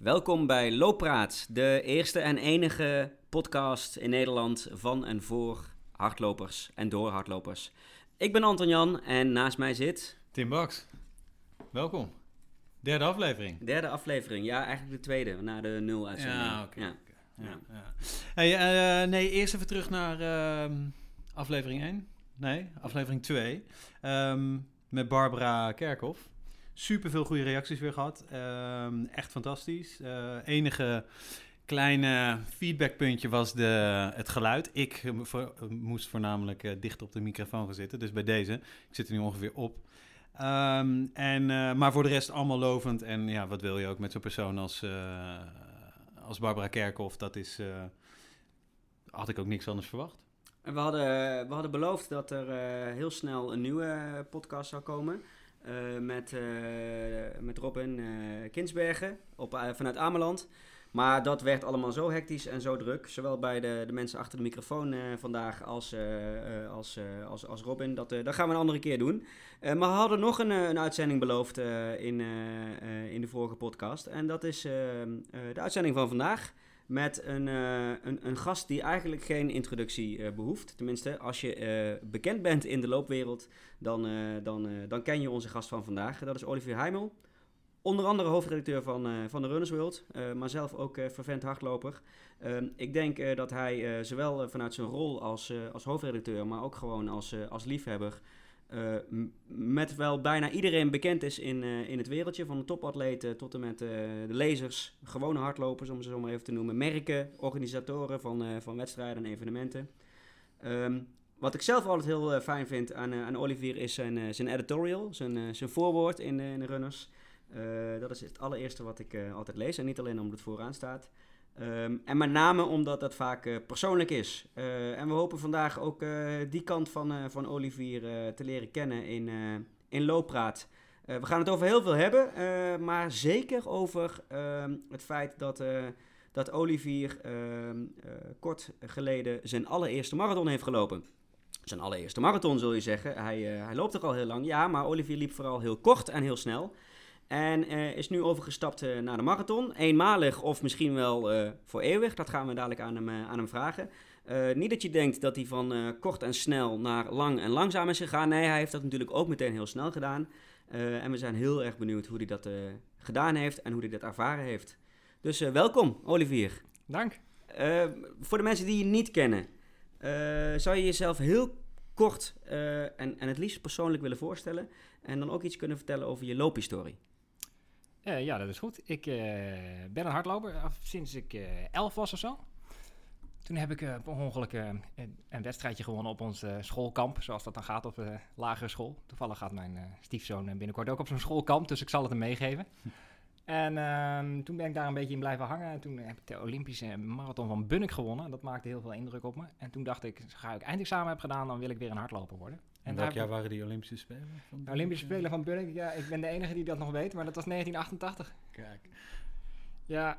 Welkom bij Looppraat, de eerste en enige podcast in Nederland van en voor hardlopers en door hardlopers. Ik ben Anton Jan en naast mij zit... Tim Baks. Welkom. Derde aflevering. Ja, eigenlijk de tweede, na de 0-uitzending. Ja, oké. Hey, eerst even terug naar aflevering 1. Nee, aflevering 2. Met Barbara Kerkhoff. Super veel goede reacties weer gehad. Echt fantastisch. Enige kleine feedbackpuntje was het geluid. Ik moest voornamelijk dicht op de microfoon gaan zitten. Dus bij deze, ik zit er nu ongeveer op. Maar voor de rest allemaal lovend. En ja, wat wil je ook met zo'n persoon als Barbara Kerkhoff? Dat is... had ik ook niks anders verwacht. En we hadden beloofd dat er heel snel een nieuwe podcast zou komen. Met Robin Kinsbergen vanuit Ameland. Maar dat werd allemaal zo hectisch en zo druk. Zowel bij de mensen achter de microfoon vandaag als Robin. Dat gaan we een andere keer doen. Maar we hadden nog een uitzending beloofd in de vorige podcast. En dat is de uitzending van vandaag. Met een gast die eigenlijk geen introductie behoeft. Tenminste, als je bekend bent in de loopwereld, dan ken je onze gast van vandaag. Dat is Olivier Heimel. Onder andere hoofdredacteur van de Runners World, maar zelf ook fervent hardloper. Ik denk dat hij zowel vanuit zijn rol als hoofdredacteur, maar ook gewoon als liefhebber... met wel bijna iedereen bekend is in het wereldje. Van de topatleten tot en met de lezers, gewone hardlopers om ze zo maar even te noemen. Merken, organisatoren van wedstrijden en evenementen. Wat ik zelf altijd heel fijn vind aan Olivier is zijn editorial, zijn voorwoord in de Runners. Dat is het allereerste wat ik altijd lees en niet alleen omdat het vooraan staat. En met name omdat dat vaak persoonlijk is. En we hopen vandaag ook die kant van Olivier te leren kennen in Looppraat. We gaan het over heel veel hebben, maar zeker over het feit dat Olivier kort geleden zijn allereerste marathon heeft gelopen. Zijn allereerste marathon zul je zeggen. Hij loopt er al heel lang, ja, maar Olivier liep vooral heel kort en heel snel. En is nu overgestapt naar de marathon. Eenmalig of misschien wel voor eeuwig. Dat gaan we dadelijk aan hem vragen. Niet dat je denkt dat hij van kort en snel naar lang en langzaam is gegaan. Nee, hij heeft dat natuurlijk ook meteen heel snel gedaan. En we zijn heel erg benieuwd hoe hij dat gedaan heeft en hoe hij dat ervaren heeft. Dus welkom, Olivier. Dank. Voor de mensen die je niet kennen, zou je jezelf heel kort en het liefst persoonlijk willen voorstellen. En dan ook iets kunnen vertellen over je loophistorie. Ja, dat is goed. Ik ben een hardloper sinds ik 11 was of zo. Toen heb ik per ongeluk een wedstrijdje gewonnen op ons schoolkamp, zoals dat dan gaat op de lagere school. Toevallig gaat mijn stiefzoon binnenkort ook op zo'n schoolkamp, dus ik zal het hem meegeven. En toen ben ik daar een beetje in blijven hangen. Toen heb ik de Olympische marathon van Bunnik gewonnen. Dat maakte heel veel indruk op me. En toen dacht ik, ga ik eindexamen heb gedaan, dan wil ik weer een hardloper worden. En welk jaar waren die Olympische Spelen? De Olympische Spelen van Bunnik, ja, ik ben de enige die dat nog weet, maar dat was 1988. Kijk. Ja,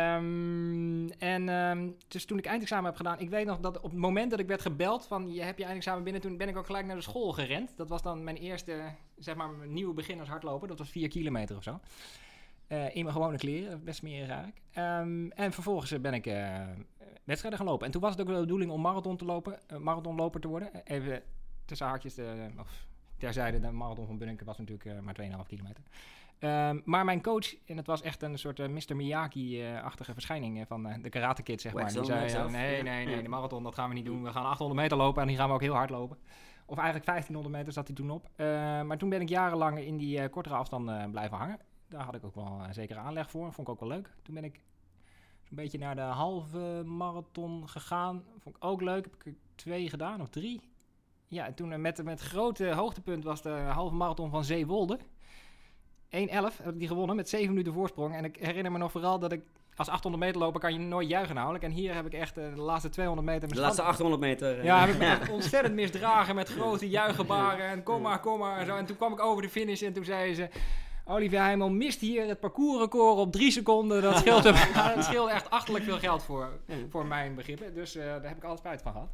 dus toen ik eindexamen heb gedaan, ik weet nog dat op het moment dat ik werd gebeld van je hebt je eindexamen binnen, toen ben ik ook gelijk naar de school gerend. Dat was dan mijn eerste, zeg maar, nieuwe begin als hardloper. Dat was 4 kilometer of zo. In mijn gewone kleren, best smerig eigenlijk. En vervolgens ben ik wedstrijden gaan lopen. En toen was het ook de bedoeling om marathonloper te worden. Even tussen haakjes, of terzijde, de marathon van Bunnik was natuurlijk maar 2,5 kilometer. Maar mijn coach, en het was echt een soort Mr. Miyagi-achtige verschijning van de Karate Kid, zeg maar. Die zei, nee, de marathon, dat gaan we niet doen. We gaan 800 meter lopen en die gaan we ook heel hard lopen. Of eigenlijk 1500 meter zat hij toen op. Maar toen ben ik jarenlang in die kortere afstand blijven hangen. Daar had ik ook wel een zekere aanleg voor. Vond ik ook wel leuk. Toen ben ik zo'n beetje naar de halve marathon gegaan. Vond ik ook leuk. Heb ik 2 gedaan of 3. Ja, en toen met grote hoogtepunt was de halve marathon van Zeewolde. 1:11 heb ik die gewonnen met 7 minuten voorsprong. En ik herinner me nog vooral dat ik... Als 800 meter lopen kan je nooit juichen namelijk. En hier heb ik echt de laatste 200 meter... De laatste 800 meter. Ja, heb ik me echt ontzettend misdragen met grote juichgebaren. En kom maar en zo. En toen kwam ik over de finish en toen zei ze... Olivier Heimel mist hier het parcoursrecord op 3 seconden. Dat scheelt, dat scheelt echt achterlijk veel geld voor mijn begrippen. Dus daar heb ik alles spijt van gehad.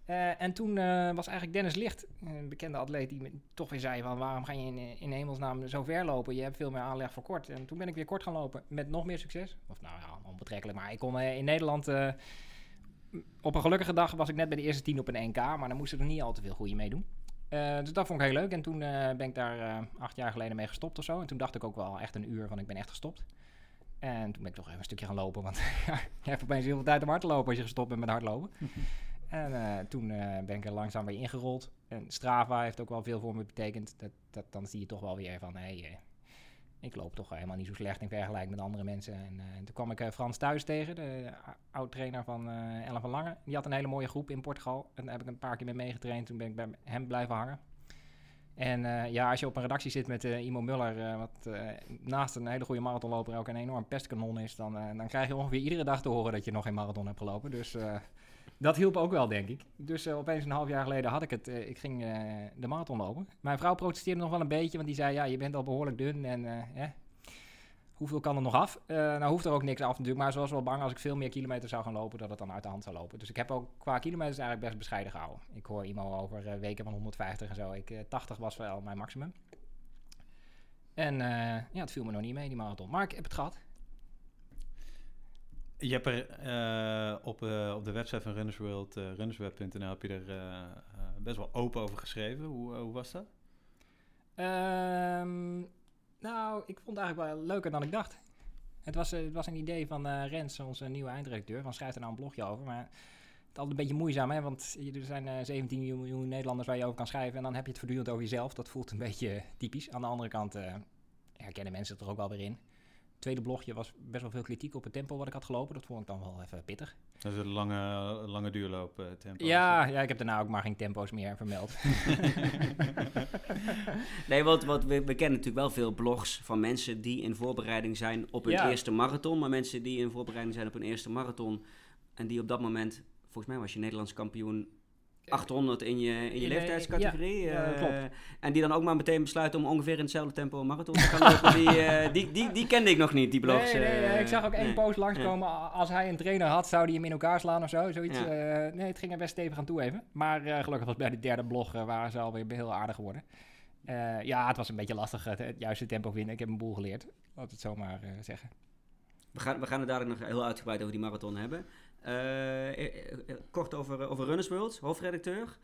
En toen was eigenlijk Dennis Licht, een bekende atleet, die toch weer zei van waarom ga je in hemelsnaam zo ver lopen? Je hebt veel meer aanleg voor kort. En toen ben ik weer kort gaan lopen met nog meer succes. Of nou ja, onbetrekkelijk. Maar ik kon in Nederland... op een gelukkige dag was ik net bij de eerste 10 op een NK. Maar dan moesten er niet al te veel goede meedoen. Dus dat vond ik heel leuk. En toen ben ik daar 8 jaar geleden mee gestopt of zo. En toen dacht ik ook wel echt een uur van ik ben echt gestopt. En toen ben ik toch even een stukje gaan lopen. Want je hebt opeens heel veel tijd om hard te lopen als je gestopt bent met hardlopen. En toen ben ik er langzaam weer ingerold. En Strava heeft ook wel veel voor me betekend. Dan zie je toch wel weer van... ik loop toch helemaal niet zo slecht in vergelijking met andere mensen. En toen kwam ik Frans Thuis tegen, de oud-trainer van Ellen van Lange. Die had een hele mooie groep in Portugal. En daar heb ik een paar keer mee meegetraind. Toen ben ik bij hem blijven hangen. En als je op een redactie zit met Imo Muller... wat naast een hele goede marathonloper ook een enorm pestkanon is... dan krijg je ongeveer iedere dag te horen dat je nog geen marathon hebt gelopen. Dus... dat hielp ook wel, denk ik. Dus opeens een half jaar geleden had ik het. Ik ging de marathon lopen. Mijn vrouw protesteerde nog wel een beetje, want die zei... ja, je bent al behoorlijk dun en hoeveel kan er nog af? Nou hoeft er ook niks af natuurlijk, maar ze was wel bang als ik veel meer kilometers zou gaan lopen... dat het dan uit de hand zou lopen. Dus ik heb ook qua kilometers eigenlijk best bescheiden gehouden. Ik hoor iemand over weken van 150 en zo. 80 was wel mijn maximum. En het viel me nog niet mee, die marathon. Maar ik heb het gehad. Je hebt er op de website van Runners World, runnersweb.nl, heb je er best wel open over geschreven. Hoe was dat? Nou, ik vond het eigenlijk wel leuker dan ik dacht. Het was een idee van Rens, onze nieuwe eindredacteur, van schrijf er nou een blogje over. Maar het is altijd een beetje moeizaam, hè? Want er zijn 17 miljoen Nederlanders waar je over kan schrijven. En dan heb je het voortdurend over jezelf. Dat voelt een beetje typisch. Aan de andere kant herkennen mensen het er ook wel weer in. Het tweede blogje was best wel veel kritiek op het tempo wat ik had gelopen. Dat vond ik dan wel even pittig. Dat is een lange duurloop tempo. Ja, ik heb daarna ook maar geen tempo's meer vermeld. Nee, want we kennen natuurlijk wel veel blogs van mensen die in voorbereiding zijn op hun eerste marathon. Maar mensen die in voorbereiding zijn op hun eerste marathon en die op dat moment, volgens mij was je Nederlands kampioen 800 in je leeftijdscategorie. Ja, klopt. En die dan ook maar meteen besluiten om ongeveer in hetzelfde tempo een marathon te gaan lopen. Die kende ik nog niet, die blogs. Nee, ik zag ook één post langskomen. Als hij een trainer had, zou hij hem in elkaar slaan of zo. Zoiets. Ja. Het ging er best stevig aan toe even. Maar gelukkig was bij de derde blog waren ze alweer heel aardig geworden. Het was een beetje lastig het juiste tempo vinden. Ik heb een boel geleerd, laat het zomaar zeggen. We gaan het dadelijk nog heel uitgebreid over die marathon hebben. Kort over Runners World, hoofdredacteur.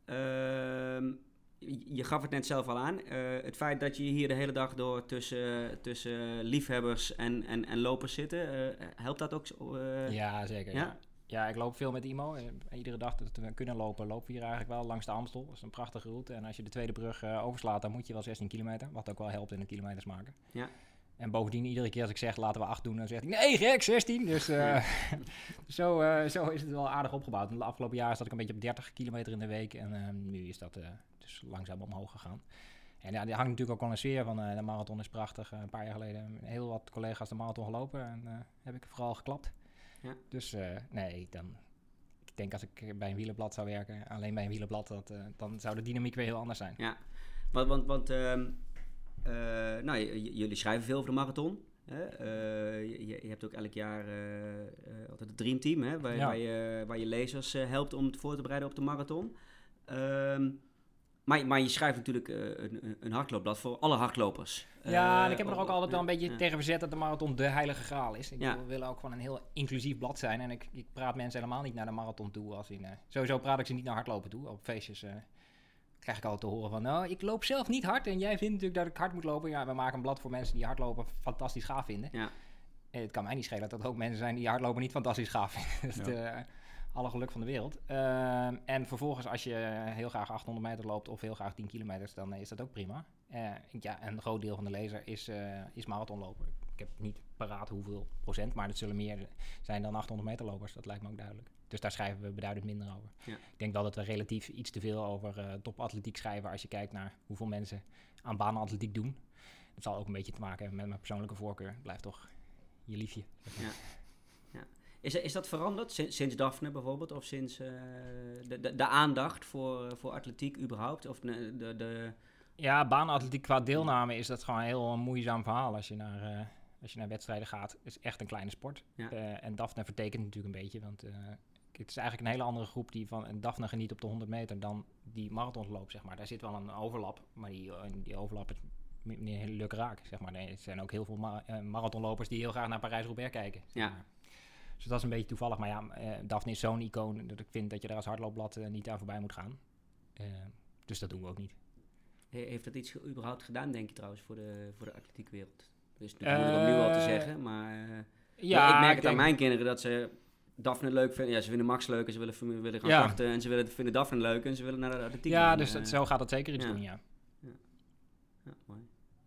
Je gaf het net zelf al aan. Het feit dat je hier de hele dag door tussen liefhebbers en lopers zitten, helpt dat ook? Ja, zeker. Ja? Ja, ik loop veel met Imo. Iedere dag dat we kunnen lopen we hier eigenlijk wel langs de Amstel. Dat is een prachtige route. En als je de tweede brug overslaat, dan moet je wel 16 kilometer. Wat ook wel helpt in de kilometers maken. Ja. En bovendien, iedere keer als ik zeg, laten we 8 doen, dan zegt hij, nee gek, 16. Dus zo is het wel aardig opgebouwd. En de afgelopen jaar zat ik een beetje op 30 kilometer in de week. En nu is dat dus langzaam omhoog gegaan. En ja, die hangt natuurlijk ook al een sfeer van de marathon is prachtig. Een paar jaar geleden heel wat collega's de marathon gelopen. En heb ik vooral geklapt. Ja. Dus ik denk als ik bij een wielerblad zou werken, alleen bij een wielerblad, dan zou de dynamiek weer heel anders zijn. Ja, want jullie schrijven veel over de marathon. Je hebt ook elk jaar altijd het Dream Team, hè, waar je lezers helpt om het voor te bereiden op de marathon. Maar je schrijft natuurlijk een hardloopblad voor alle hardlopers. Ja, en ik heb er ook altijd wel een beetje tegen verzet dat de marathon de heilige graal is. Ik wil ook gewoon een heel inclusief blad zijn. En ik praat mensen helemaal niet naar de marathon toe. Sowieso praat ik ze niet naar hardlopen toe. Op feestjes krijg ik altijd te horen van, nou, ik loop zelf niet hard. En jij vindt natuurlijk dat ik hard moet lopen. Ja, we maken een blad voor mensen die hardlopen fantastisch gaaf vinden. Ja. Het kan mij niet schelen dat er ook mensen zijn die hardlopen niet fantastisch gaaf vinden. Dus alle geluk van de wereld. En vervolgens, als je heel graag 800 meter loopt of heel graag 10 kilometers, dan is dat ook prima. Een groot deel van de lezer is marathonloper. Ik heb niet paraat hoeveel procent, maar het zullen meer zijn dan 800 meter lopers. Dat lijkt me ook duidelijk. Dus daar schrijven we beduidend minder over. Ja. Ik denk wel dat we relatief iets te veel over topatletiek schrijven als je kijkt naar hoeveel mensen aan baanatletiek doen. Dat zal ook een beetje te maken hebben met mijn persoonlijke voorkeur. Het blijft toch je liefje. Ja. Is dat veranderd sinds Daphne bijvoorbeeld? Of sinds de aandacht voor atletiek überhaupt? Of Ja, baanatletiek qua deelname is dat gewoon een heel moeizaam verhaal als je naar wedstrijden gaat. Het is echt een kleine sport. Ja. En Daphne vertekent natuurlijk een beetje, want het is eigenlijk een hele andere groep die van Daphne geniet op de 100 meter dan die marathons loopt, zeg maar. Daar zit wel een overlap, maar die overlap is niet heel lukraak, zeg maar. Nee, er zijn ook heel veel marathonlopers die heel graag naar Parijs-Roubaix kijken. Ja. Maar. Dus dat is een beetje toevallig. Maar ja, Daphne is zo'n icoon dat ik vind dat je daar als hardloopblad niet aan voorbij moet gaan. Dus dat doen we ook niet. Heeft dat iets überhaupt gedaan, denk je trouwens, voor de atletiekwereld? Dus natuurlijk moeilijk om nu al te zeggen, maar ja, ik merk het aan mijn kinderen dat ze Daphne leuk vinden. Ja, ze vinden Max leuk en ze willen gaan karten en ze vinden Daphne leuk en ze willen naar de atletiek. Ja, dus zo gaat het zeker iets doen, ja. Ja, mooi.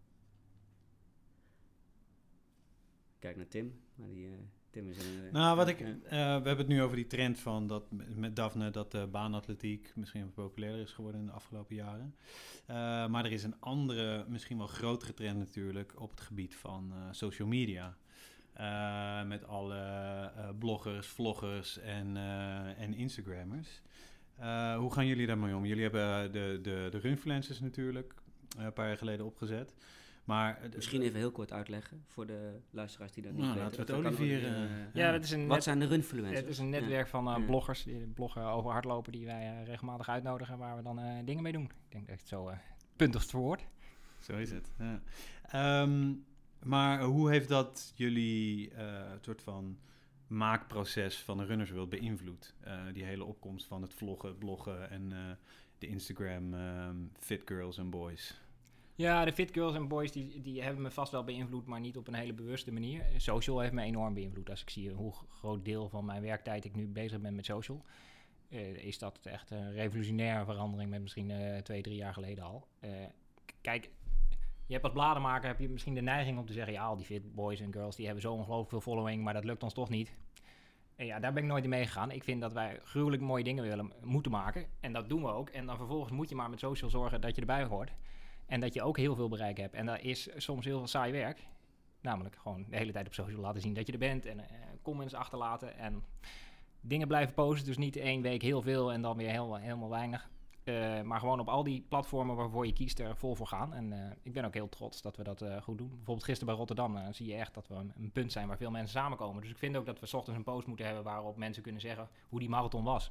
Kijk naar Tim, maar Tim is een... we hebben het nu over die trend van dat met Daphne dat baanatletiek misschien wat populairder is geworden in de afgelopen jaren. Maar er is een andere, misschien wel grotere trend natuurlijk op het gebied van social media. Met alle bloggers, vloggers en Instagrammers. Hoe gaan jullie daarmee om? Jullie hebben de Runfluencers natuurlijk een paar jaar geleden opgezet. Maar misschien even heel kort uitleggen voor de luisteraars die dat niet weten. Laten we het Olivier... Wat zijn de Runfluencers? Het is een netwerk van bloggers die bloggen over hardlopen die wij regelmatig uitnodigen waar we dan dingen mee doen. Ik denk dat ik het zo puntig verwoord. Zo is het, ja. Maar hoe heeft dat jullie soort van maakproces van de Runners World beïnvloed? Die hele opkomst van het vloggen, het bloggen en de Instagram fit girls en boys. Ja, de fit girls en boys die hebben me vast wel beïnvloed, maar niet op een hele bewuste manier. Social heeft me enorm beïnvloed. Als ik zie hoe groot deel van mijn werktijd ik nu bezig ben met social, is dat echt een revolutionaire verandering met misschien 2-3 jaar geleden al. Kijk, je hebt als bladenmaker heb je misschien de neiging om te zeggen, ja, al die fit boys en girls die hebben zo ongelooflijk veel following, maar dat lukt ons toch niet. En ja, daar ben ik nooit in meegegaan. Ik vind dat wij gruwelijk mooie dingen moeten maken. En dat doen we ook. En dan vervolgens moet je maar met social zorgen dat je erbij hoort. En dat je ook heel veel bereik hebt. En dat is soms heel veel saai werk. Namelijk gewoon de hele tijd op social laten zien dat je er bent. En comments achterlaten. En dingen blijven posten. Dus niet 1 week heel veel en dan weer helemaal weinig. Maar gewoon op al die platformen waarvoor je kiest er vol voor gaan. En ik ben ook heel trots dat we dat goed doen. Bijvoorbeeld gisteren bij Rotterdam zie je echt dat we een punt zijn waar veel mensen samenkomen. Dus ik vind ook dat we 's ochtends een post moeten hebben waarop mensen kunnen zeggen hoe die marathon was.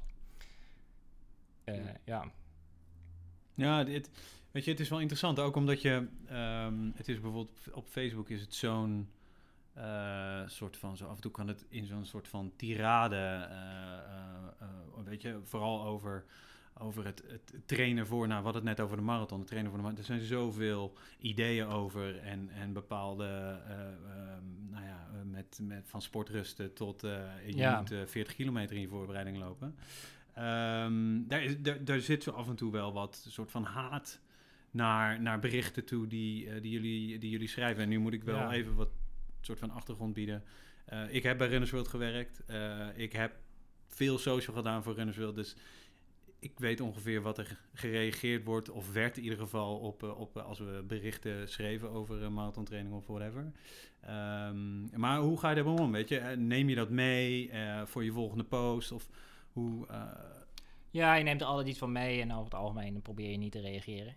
Ja. Ja, weet je, het is wel interessant. Ook omdat je, het is bijvoorbeeld op Facebook is het zo'n soort van, zo af en toe kan het in zo'n soort van tirade, weet je, vooral over het trainen voor, nou, we hadden het net over de marathon, het trainen voor de marathon. Er zijn zoveel ideeën over en bepaalde, met van sportrusten tot je moet 40 kilometer in je voorbereiding lopen. Daar zit zo af en toe wel wat soort van haat naar berichten toe die jullie schrijven. En nu moet ik wel even wat soort van achtergrond bieden. Ik heb bij Runners World gewerkt. Ik heb veel social gedaan voor Runners World. Dus ik weet ongeveer wat er gereageerd wordt, of werd in ieder geval op als we berichten schreven over marathontraining of whatever. Maar hoe ga je daarmee om? Weet je? Neem je dat mee voor je volgende post? Of hoe... Ja, je neemt er altijd iets van mee en over het algemeen probeer je niet te reageren.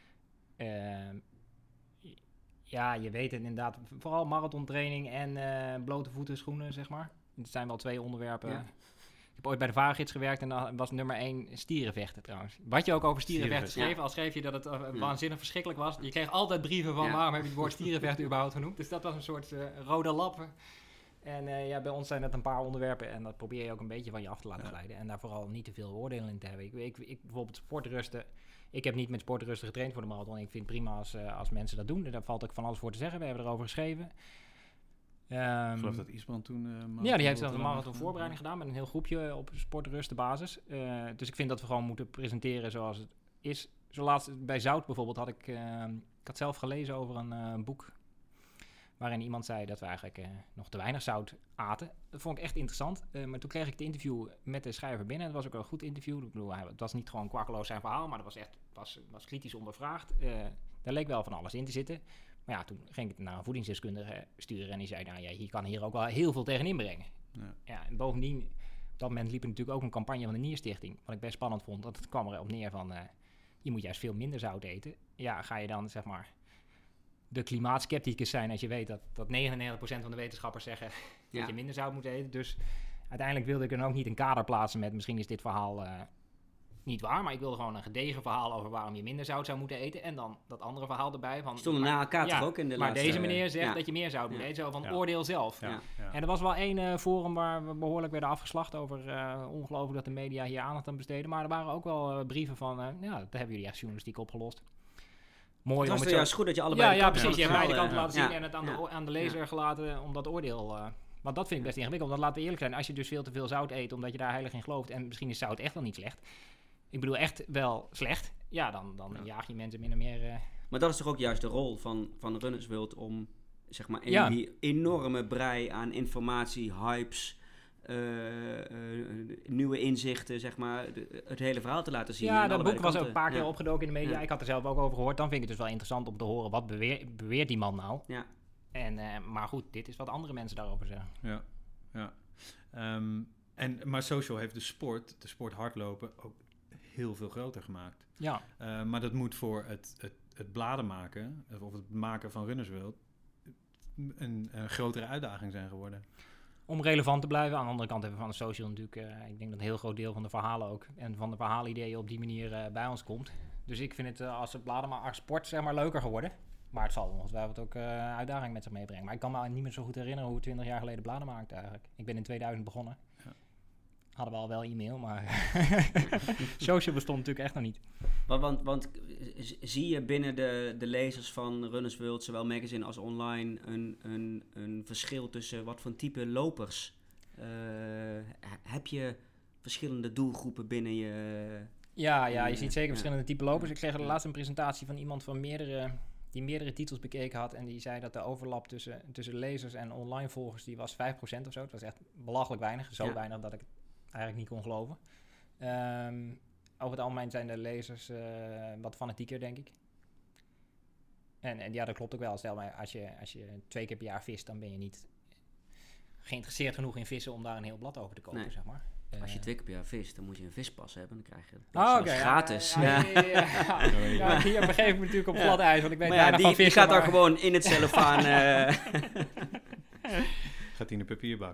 Ja, je weet het inderdaad. Vooral marathontraining en blote voeten schoenen, zeg maar. Het zijn wel 2 onderwerpen. Ja. Ik heb ooit bij de vaargids gewerkt en dan was nummer 1 stierenvechten trouwens. Wat je ook over stierenvechten schreef, al schreef je dat het waanzinnig verschrikkelijk was. Je kreeg altijd brieven van waarom heb je het woord stierenvechten überhaupt genoemd. Dus dat was een soort rode lap. En bij ons zijn dat een paar onderwerpen en dat probeer je ook een beetje van je af te laten glijden. En daar vooral niet te veel oordelen in te hebben. Ik bijvoorbeeld sportrusten. Ik heb niet met sportrusten getraind voor de marathon. Ik vind het prima als mensen dat doen. Daar valt ook van alles voor te zeggen. We hebben erover geschreven. Ik geloof dat Isbrand toen... die heeft zelfs een marathon voorbereiding gedaan met een heel groepje op sportrustenbasis. Dus ik vind dat we gewoon moeten presenteren zoals het is. Zo laatst bij Zout bijvoorbeeld had ik had zelf gelezen over een boek waarin iemand zei dat we eigenlijk nog te weinig zout aten. Dat vond ik echt interessant. Maar toen kreeg ik het interview met de schrijver binnen. Het was ook wel een goed interview. Ik bedoel, het was niet gewoon kwakkeloos zijn verhaal, maar dat was echt was kritisch ondervraagd. Daar leek wel van alles in te zitten. Maar ja, toen ging ik het naar een voedingsdeskundige sturen en die zei, nou ja, je kan hier ook wel heel veel tegen inbrengen. Ja, en bovendien, op dat moment liep er natuurlijk ook een campagne van de Nierstichting, wat ik best spannend vond. Dat het kwam erop neer van, je moet juist veel minder zout eten. Ja, ga je dan, zeg maar, de klimaatskepticus zijn als je weet dat 99% van de wetenschappers zeggen dat je minder zout moet eten. Dus uiteindelijk wilde ik er ook niet een kader plaatsen met misschien is dit verhaal niet waar, maar ik wilde gewoon een gedegen verhaal over waarom je minder zout zou moeten eten en dan dat andere verhaal erbij. Van, Stonden na elkaar toch ook in de maar laatste... deze meneer zegt dat je meer zout moet eten, zo van oordeel zelf. Ja. En er was wel één forum waar we behoorlijk werden afgeslacht over ongelooflijk dat de media hier aandacht aan besteden, maar er waren ook wel brieven van, dat hebben jullie echt journalistiek opgelost. Mooi. Het was om toch juist goed dat je allebei Ja, precies. Je hebt beide kanten laten zien ja. en het aan de lezer gelaten om dat oordeel... want dat vind ik best ingewikkeld. Want laten we eerlijk zijn, als je dus veel te veel zout eet omdat je daar heilig in gelooft en misschien is zout echt wel niet slecht. Ik bedoel echt wel slecht. Ja, dan jaag je mensen min of meer... Maar dat is toch ook juist de rol van Runners World om zeg maar die enorme brei aan informatie, hypes, nieuwe inzichten, zeg maar, het hele verhaal te laten zien. Ja, dat boek was ook een paar keer opgedoken in de media. Ja. Ik had er zelf ook over gehoord. Dan vind ik het dus wel interessant om te horen, wat beweert die man nou? Ja. Maar goed, dit is wat andere mensen daarover zeggen. Ja. Maar social heeft de sport hardlopen, ook heel veel groter gemaakt. Ja. Maar dat moet voor het bladen maken, of het maken van Runners World, een grotere uitdaging zijn geworden. Om relevant te blijven. Aan de andere kant hebben we van de social natuurlijk... ik denk dat een heel groot deel van de verhalen ook... en van de verhaalideeën op die manier bij ons komt. Dus ik vind het als het bladen maar als sport zeg maar leuker geworden. Maar het zal ongetwijfeld ook uitdaging met zich meebrengen. Maar ik kan me niet meer zo goed herinneren hoe we 20 jaar geleden bladen maakten eigenlijk. Ik ben in 2000 begonnen. Ja. Hadden we al wel e-mail, maar social bestond natuurlijk echt nog niet. Want zie je binnen de lezers van Runners World, zowel magazine als online, een verschil tussen wat voor type lopers? Heb je verschillende doelgroepen binnen je... Ja, je ziet zeker verschillende type lopers. Ik kreeg laatst een presentatie van iemand van die meerdere titels bekeken had en die zei dat de overlap tussen lezers en online volgers, die was 5% of zo. Het was echt belachelijk weinig, zo weinig dat ik het eigenlijk niet kon geloven. Over het algemeen zijn de lezers wat fanatieker, denk ik. En ja, dat klopt ook wel. Stel maar, als je 2 keer per jaar vist, dan ben je niet geïnteresseerd genoeg in vissen om daar een heel blad over te kopen, zeg maar. Als je 2 keer per jaar vist, dan moet je een vispas hebben. Dan krijg je gratis. Hier begeef ik me natuurlijk op glad ijs, want ik weet weinig van vissen. Die gaat dan gewoon in het cellofaan... Gaat in de papierbak.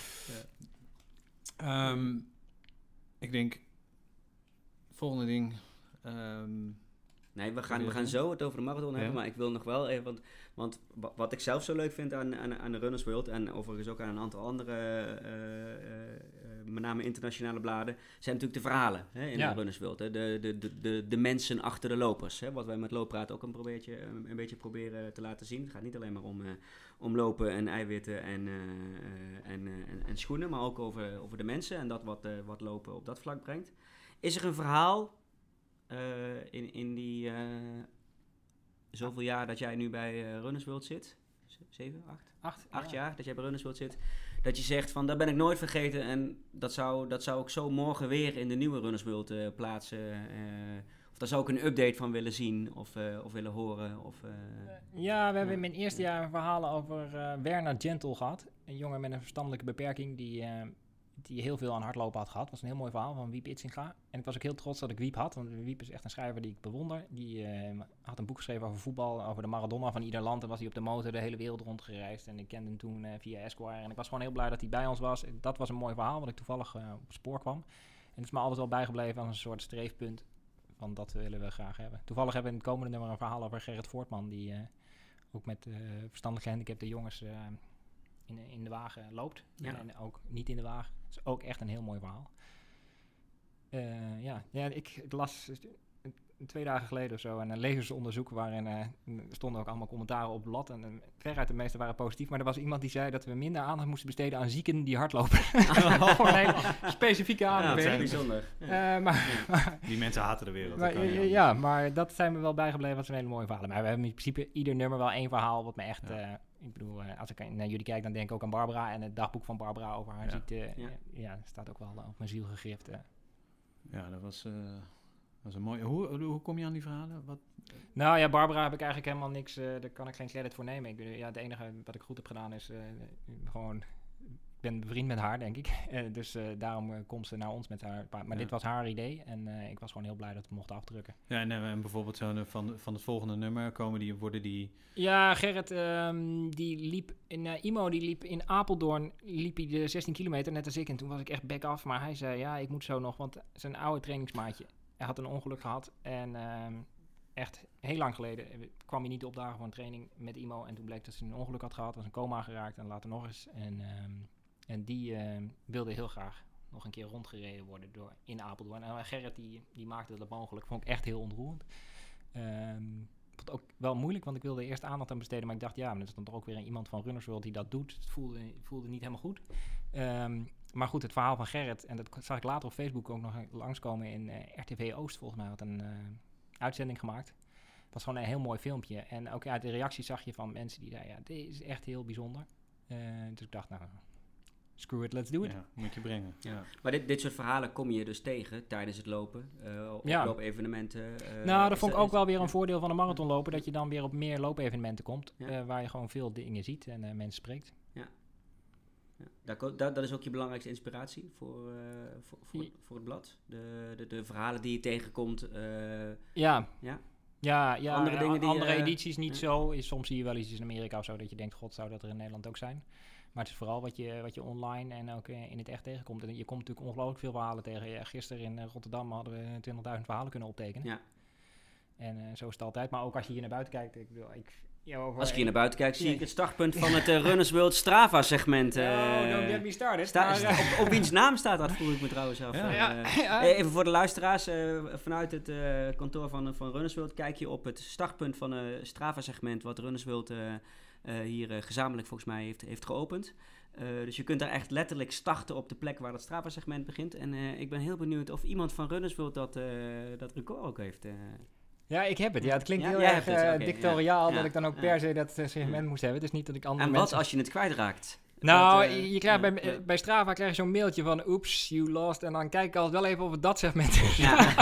Ik denk... Volgende ding... Nee, we gaan zo het over de marathon hebben, maar ik wil nog wel even... Want wat ik zelf zo leuk vind aan de Runners World... en overigens ook aan een aantal andere... met name internationale bladen... zijn natuurlijk de verhalen in de Runners World. Hè? De mensen achter de lopers. Hè? Wat wij met Looppraat ook een beetje proberen te laten zien. Het gaat niet alleen maar om lopen en eiwitten en schoenen... maar ook over de mensen en dat wat lopen op dat vlak brengt. Is er een verhaal... in die zoveel jaar dat jij nu bij Runners World zit, 7, 8 jaar dat jij bij Runners World zit, dat je zegt van dat ben ik nooit vergeten en dat zou ik zo morgen weer in de nieuwe Runners World plaatsen, of daar zou ik een update van willen zien of willen horen. Ja, we hebben in mijn eerste jaar een verhaal over Werner Gentle gehad, een jongen met een verstandelijke beperking die heel veel aan hardlopen had gehad. Dat was een heel mooi verhaal van Wiep Itzinga. En ik was ook heel trots dat ik Wiep had, want Wiep is echt een schrijver die ik bewonder. Die had een boek geschreven over voetbal, over de Maradona van ieder land. En was hij op de motor de hele wereld rondgereisd. En ik kende hem toen via Esquire. En ik was gewoon heel blij dat hij bij ons was. Dat was een mooi verhaal, wat ik toevallig op het spoor kwam. En het is me altijd wel bijgebleven als een soort streefpunt van dat willen we graag hebben. Toevallig hebben we in het komende nummer een verhaal over Gerrit Voortman, die ook met verstandelijk gehandicapte jongens... in de wagen loopt. Ja. En ook niet in de wagen. Dat is ook echt een heel mooi verhaal. Ik las 2 dagen geleden of zo een lezersonderzoek waarin er stonden ook allemaal commentaren op het blad. En veruit de meeste waren positief. Maar er was iemand die zei dat we minder aandacht moesten besteden aan zieken die hardlopen. Voor een hele specifieke aanbeveling. Dat is bijzonder. Die mensen haten de wereld. Maar dat zijn we wel bijgebleven. Dat zijn hele mooie verhalen. Maar we hebben in principe ieder nummer wel 1 verhaal wat me echt... ik bedoel, als ik naar jullie kijk, dan denk ik ook aan Barbara en het dagboek van Barbara over haar ziekte. Staat ook wel op mijn ziel gegrift. Ja, dat was een mooie... Hoe kom je aan die verhalen? Nou ja, Barbara heb ik eigenlijk helemaal niks... daar kan ik geen credit voor nemen. Het enige wat ik goed heb gedaan is gewoon Ik ben bevriend met haar, denk ik. Dus daarom komt ze naar ons met haar paard. Maar dit was haar idee. En ik was gewoon heel blij dat we mochten afdrukken. Ja, en bijvoorbeeld van het volgende nummer worden die... Ja, Gerrit, die liep in Imo, die liep in Apeldoorn, liep hij de 16 kilometer, net als ik. En toen was ik echt back af. Maar hij zei, ja, ik moet zo nog, want zijn oude trainingsmaatje, hij had een ongeluk gehad. En echt heel lang geleden kwam hij niet opdagen voor een training met Imo. En toen bleek dat ze een ongeluk had gehad, was een coma geraakt en later nog eens. En die wilde heel graag nog een keer rondgereden worden in Apeldoorn. En Gerrit die maakte dat mogelijk. Vond ik echt heel ontroerend. Ik vond het ook wel moeilijk, want ik wilde eerst aandacht aan besteden. Maar ik dacht, ja, maar dat is dan toch ook weer iemand van Runners World die dat doet. Het voelde niet helemaal goed. Maar goed, het verhaal van Gerrit, en dat zag ik later op Facebook ook nog langskomen in RTV Oost, volgens mij had een uitzending gemaakt. Het was gewoon een heel mooi filmpje. En ook uit de reacties zag je van mensen die zeiden, ja, dit is echt heel bijzonder. Dus ik dacht, nou, screw it, let's do it. Ja, moet je brengen. Ja. Maar dit soort verhalen kom je dus tegen tijdens het lopen, op loopevenementen. Dat vond ik ook wel weer een voordeel van een marathonlopen, dat je dan weer op meer loopevenementen komt, waar je gewoon veel dingen ziet en mensen spreekt. Ja. Dat is ook je belangrijkste inspiratie voor het blad? De verhalen die je tegenkomt? Ja, Andere dingen die andere edities niet zo. Soms zie je wel iets in Amerika of zo dat je denkt, god, zou dat er in Nederland ook zijn. Maar het is vooral wat je online en ook in het echt tegenkomt. En je komt natuurlijk ongelooflijk veel verhalen tegen. Ja, gisteren in Rotterdam hadden we 20.000 verhalen kunnen optekenen. Ja. En zo is het altijd. Maar ook als je hier naar buiten kijkt. Ik bedoel, als ik hier naar buiten kijk, zie ik het startpunt van het Runners World Strava segment. Don't get me started. Op wiens naam staat dat, vroeg ik me trouwens af. Even voor de luisteraars. Vanuit het kantoor van Runners World kijk je op het startpunt van het Strava segment wat Runners World hier gezamenlijk volgens mij heeft geopend. Dus je kunt daar echt letterlijk starten op de plek waar dat Strava segment begint. En ik ben heel benieuwd of iemand van Runners World dat record ook heeft. Ja, ik heb het. Ja, het klinkt heel erg dictatoriaal dat ik dan ook per se dat segment moest hebben. Dus niet dat ik andere mensen... En wat als je het kwijtraakt? Nou, je krijgt bij Strava krijg je zo'n mailtje van oeps, you lost. En dan kijk ik altijd wel even of het dat segment is.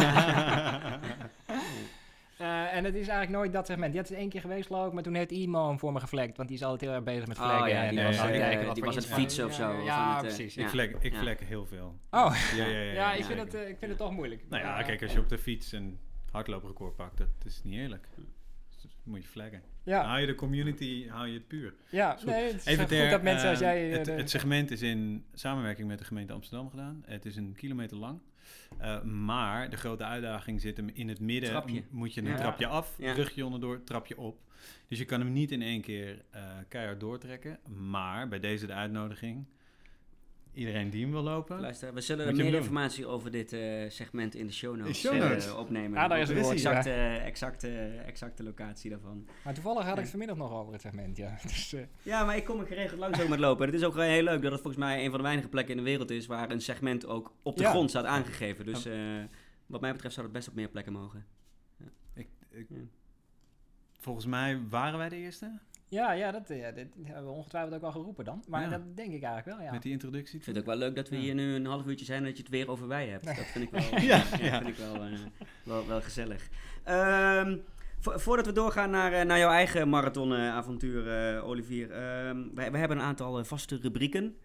En het is eigenlijk nooit dat segment. Die had het 1 keer geweest, geloof ik, maar toen heeft Imo hem voor me geflekt. Want die is altijd heel erg bezig met vleggen. Die was het fietsen of zo. Ja, precies. Ik vlek heel veel. Oh, ik vind het toch moeilijk. Nou ja, kijk, als je op de fiets een hardlooprecord pakt, dat is niet eerlijk. Dus moet je flaggen. Ja. Dan hou je de community, hou je het puur. Ja, nee, het is goed dat mensen als jij... Het segment is in samenwerking met de gemeente Amsterdam gedaan. Het is 1 kilometer lang. Maar de grote uitdaging zit hem in het midden. Trapje. Moet je een trapje af, rugje onderdoor, trapje op. Dus je kan hem niet in 1 keer keihard doortrekken. Maar bij deze de uitnodiging... Iedereen die hem wil lopen. Luister, we zullen meer informatie over dit segment in de show notes opnemen. Ja, daar is het exacte locatie daarvan. Maar toevallig had ik vanmiddag nog over het segment, ja. Dus, ja, maar ik kom er geregeld langs ook met lopen. Het is ook heel leuk dat het volgens mij een van de weinige plekken in de wereld is waar een segment ook op de grond staat aangegeven. Dus wat mij betreft zou het best op meer plekken mogen. Ja. Volgens mij waren wij de eerste. Ja, dat hebben we ongetwijfeld ook wel geroepen dan. Maar dat denk ik eigenlijk wel, ja. Met die introductie. Ik vind het ook wel leuk dat we hier nu een half uurtje zijn en dat je het weer over wij hebt. Dat vind ik wel, vind ik wel gezellig. Voordat we doorgaan naar jouw eigen marathonavontuur, Olivier. We hebben een aantal vaste rubrieken.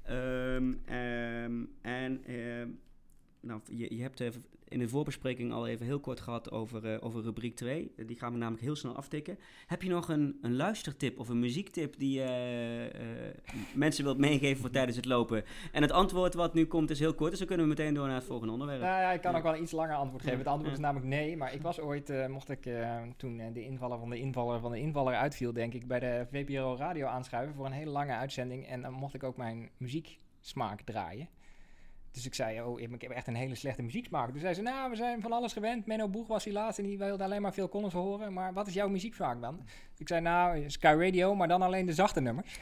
Je hebt in de voorbespreking al even heel kort gehad over rubriek 2. Die gaan we namelijk heel snel aftikken. Heb je nog een luistertip of een muziektip die mensen wilt meegeven voor tijdens het lopen? En het antwoord wat nu komt is heel kort, dus dan kunnen we meteen door naar het volgende onderwerp. Nou ja, ik kan ook wel een iets langer antwoord geven. Het antwoord is namelijk nee, maar ik was ooit, toen de invaller van de invaller uitviel, denk ik, bij de VPRO Radio aanschuiven voor een hele lange uitzending. En dan mocht ik ook mijn muzieksmaak draaien. Dus ik zei, ik heb echt een hele slechte muzieksmaak. Dus zei ze, we zijn van alles gewend. Menno Boeg was hier laatst en die wilde alleen maar Phil Collins horen. Maar wat is jouw muzieksmaak dan? Ik zei, Sky Radio, maar dan alleen de zachte nummers.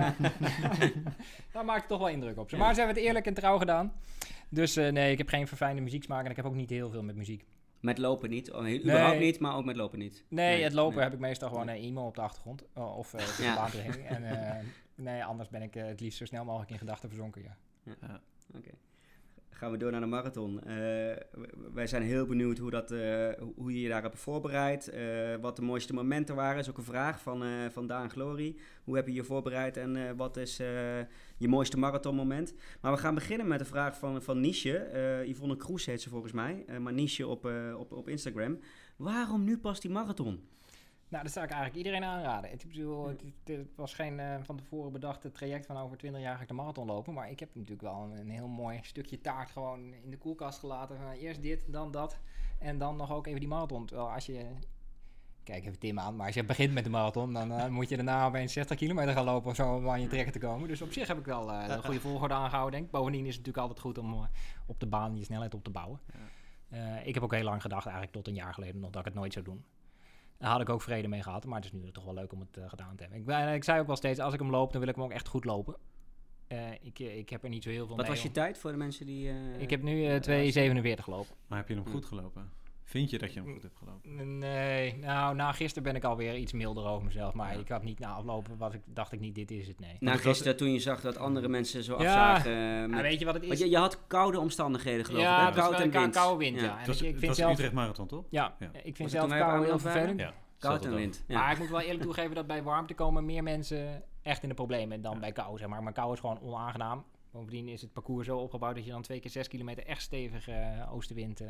Daar maakte toch wel indruk op ze. Maar ze hebben het eerlijk en trouw gedaan. Dus nee, ik heb geen verfijnde muzieksmaak en ik heb ook niet heel veel met muziek. Met lopen niet? Überhaupt niet, maar ook met lopen niet? Nee, het lopen heb ik meestal gewoon emo op de achtergrond. Of de baantering. En anders ben ik het liefst zo snel mogelijk in gedachten verzonken, ja. Oké. gaan we door naar de marathon. Wij zijn heel benieuwd hoe je je daarop voorbereidt. Wat de mooiste momenten waren. Dat is ook een vraag van Daan Glory. Hoe heb je je voorbereid en wat is je mooiste marathonmoment? Maar we gaan beginnen met een vraag van Niesje. Yvonne Kroes heet ze volgens mij. Maar Niesje op Instagram. Waarom nu pas die marathon? Nou, dat zou ik eigenlijk iedereen aanraden. Het was geen van tevoren bedachte traject van over 20 jaar ga ik de marathon lopen. Maar ik heb natuurlijk wel een heel mooi stukje taart gewoon in de koelkast gelaten. Eerst dit, dan dat. En dan nog ook even die marathon. Terwijl als je... Kijk even Tim aan, maar als je begint met de marathon, dan moet je daarna opeens 60 kilometer gaan lopen of zo om aan je trekken te komen. Dus op zich heb ik wel een goede volgorde aangehouden, denk ik. Bovendien is het natuurlijk altijd goed om op de baan je snelheid op te bouwen. Ja. Ik heb ook heel lang gedacht, eigenlijk tot een jaar geleden nog, dat ik het nooit zou doen. Daar had ik ook vrede mee gehad, maar het is nu toch wel leuk om het gedaan te hebben. Ik zei ook wel steeds, als ik hem loop, dan wil ik hem ook echt goed lopen. Ik heb er niet zo heel veel mee. Wat was je tijd voor de mensen die... Ik heb nu 2:47 gelopen. Maar heb je hem goed gelopen? Vind je dat je hem goed hebt gelopen? Nee, nou, na gisteren ben ik alweer iets milder over mezelf. Maar ik had niet na aflopen, dacht ik niet, dit is het, nee. Na gisteren, toen je zag dat andere mensen zo afzagen... weet je wat het is? Want je had koude omstandigheden, geloof ik. Ja, Koud en wind. koude wind, ja. Het was Utrecht Marathon, toch? Ja, ik vind zelf kou heel vervelend. Ja. Koud en wind. Ja. Maar ik moet wel eerlijk toegeven dat bij warmte komen meer mensen echt in de problemen dan bij kou, zeg maar. Maar kou is gewoon onaangenaam. Bovendien is het parcours zo opgebouwd dat je dan 2 keer 6 kilometer echt stevige oostenwind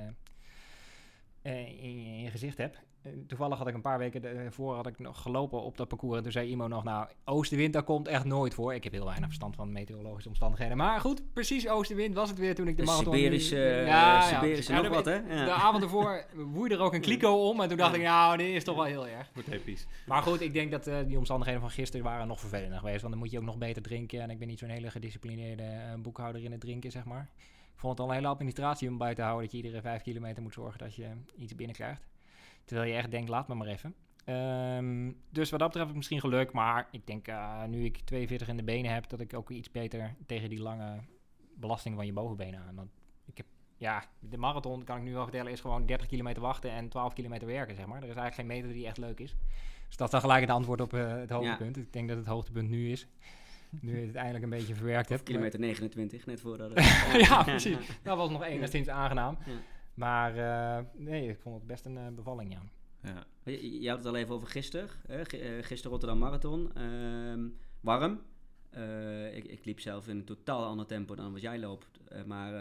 in je gezicht hebt. Toevallig had ik een paar weken ervoor had ik nog gelopen op dat parcours. En toen zei iemand nog, nou, oostenwind, dat komt echt nooit voor. Ik heb heel weinig verstand van meteorologische omstandigheden. Maar goed, precies oostenwind was het weer toen ik de marathon... Siberische nog wat, hè? Ja. De avond ervoor woei er ook een kliko om. En toen dacht ik, nou, dit is toch wel heel erg. Wordt episch. Maar goed, ik denk dat die omstandigheden van gisteren waren nog vervelender geweest. Want dan moet je ook nog beter drinken. En ik ben niet zo'n hele gedisciplineerde boekhouder in het drinken, zeg maar. Ik vond het al een hele administratie om bij te houden dat je iedere 5 kilometer moet zorgen dat je iets binnenkrijgt. Terwijl je echt denkt, laat me maar even. Dus wat dat betreft heb ik misschien geluk. Maar ik denk, nu ik 42 in de benen heb, dat ik ook iets beter tegen die lange belasting van je bovenbenen aan. Want de marathon, kan ik nu wel vertellen, is gewoon 30 kilometer wachten en 12 kilometer werken, zeg maar. Er is eigenlijk geen meter die echt leuk is. Dus dat is dan gelijk het antwoord op het hoogtepunt. Ja. Ik denk dat het hoogtepunt nu is. Nu je het eindelijk een beetje verwerkt hebt. Kilometer 29, net voordat ja, precies. Dat was nog enigszins aangenaam. Ja. Maar nee, ik vond het best een bevalling, ja. Ja. Je had het al even over gisteren. Gisteren Rotterdam Marathon. Warm. Ik liep zelf in een totaal ander tempo dan wat jij loopt. Maar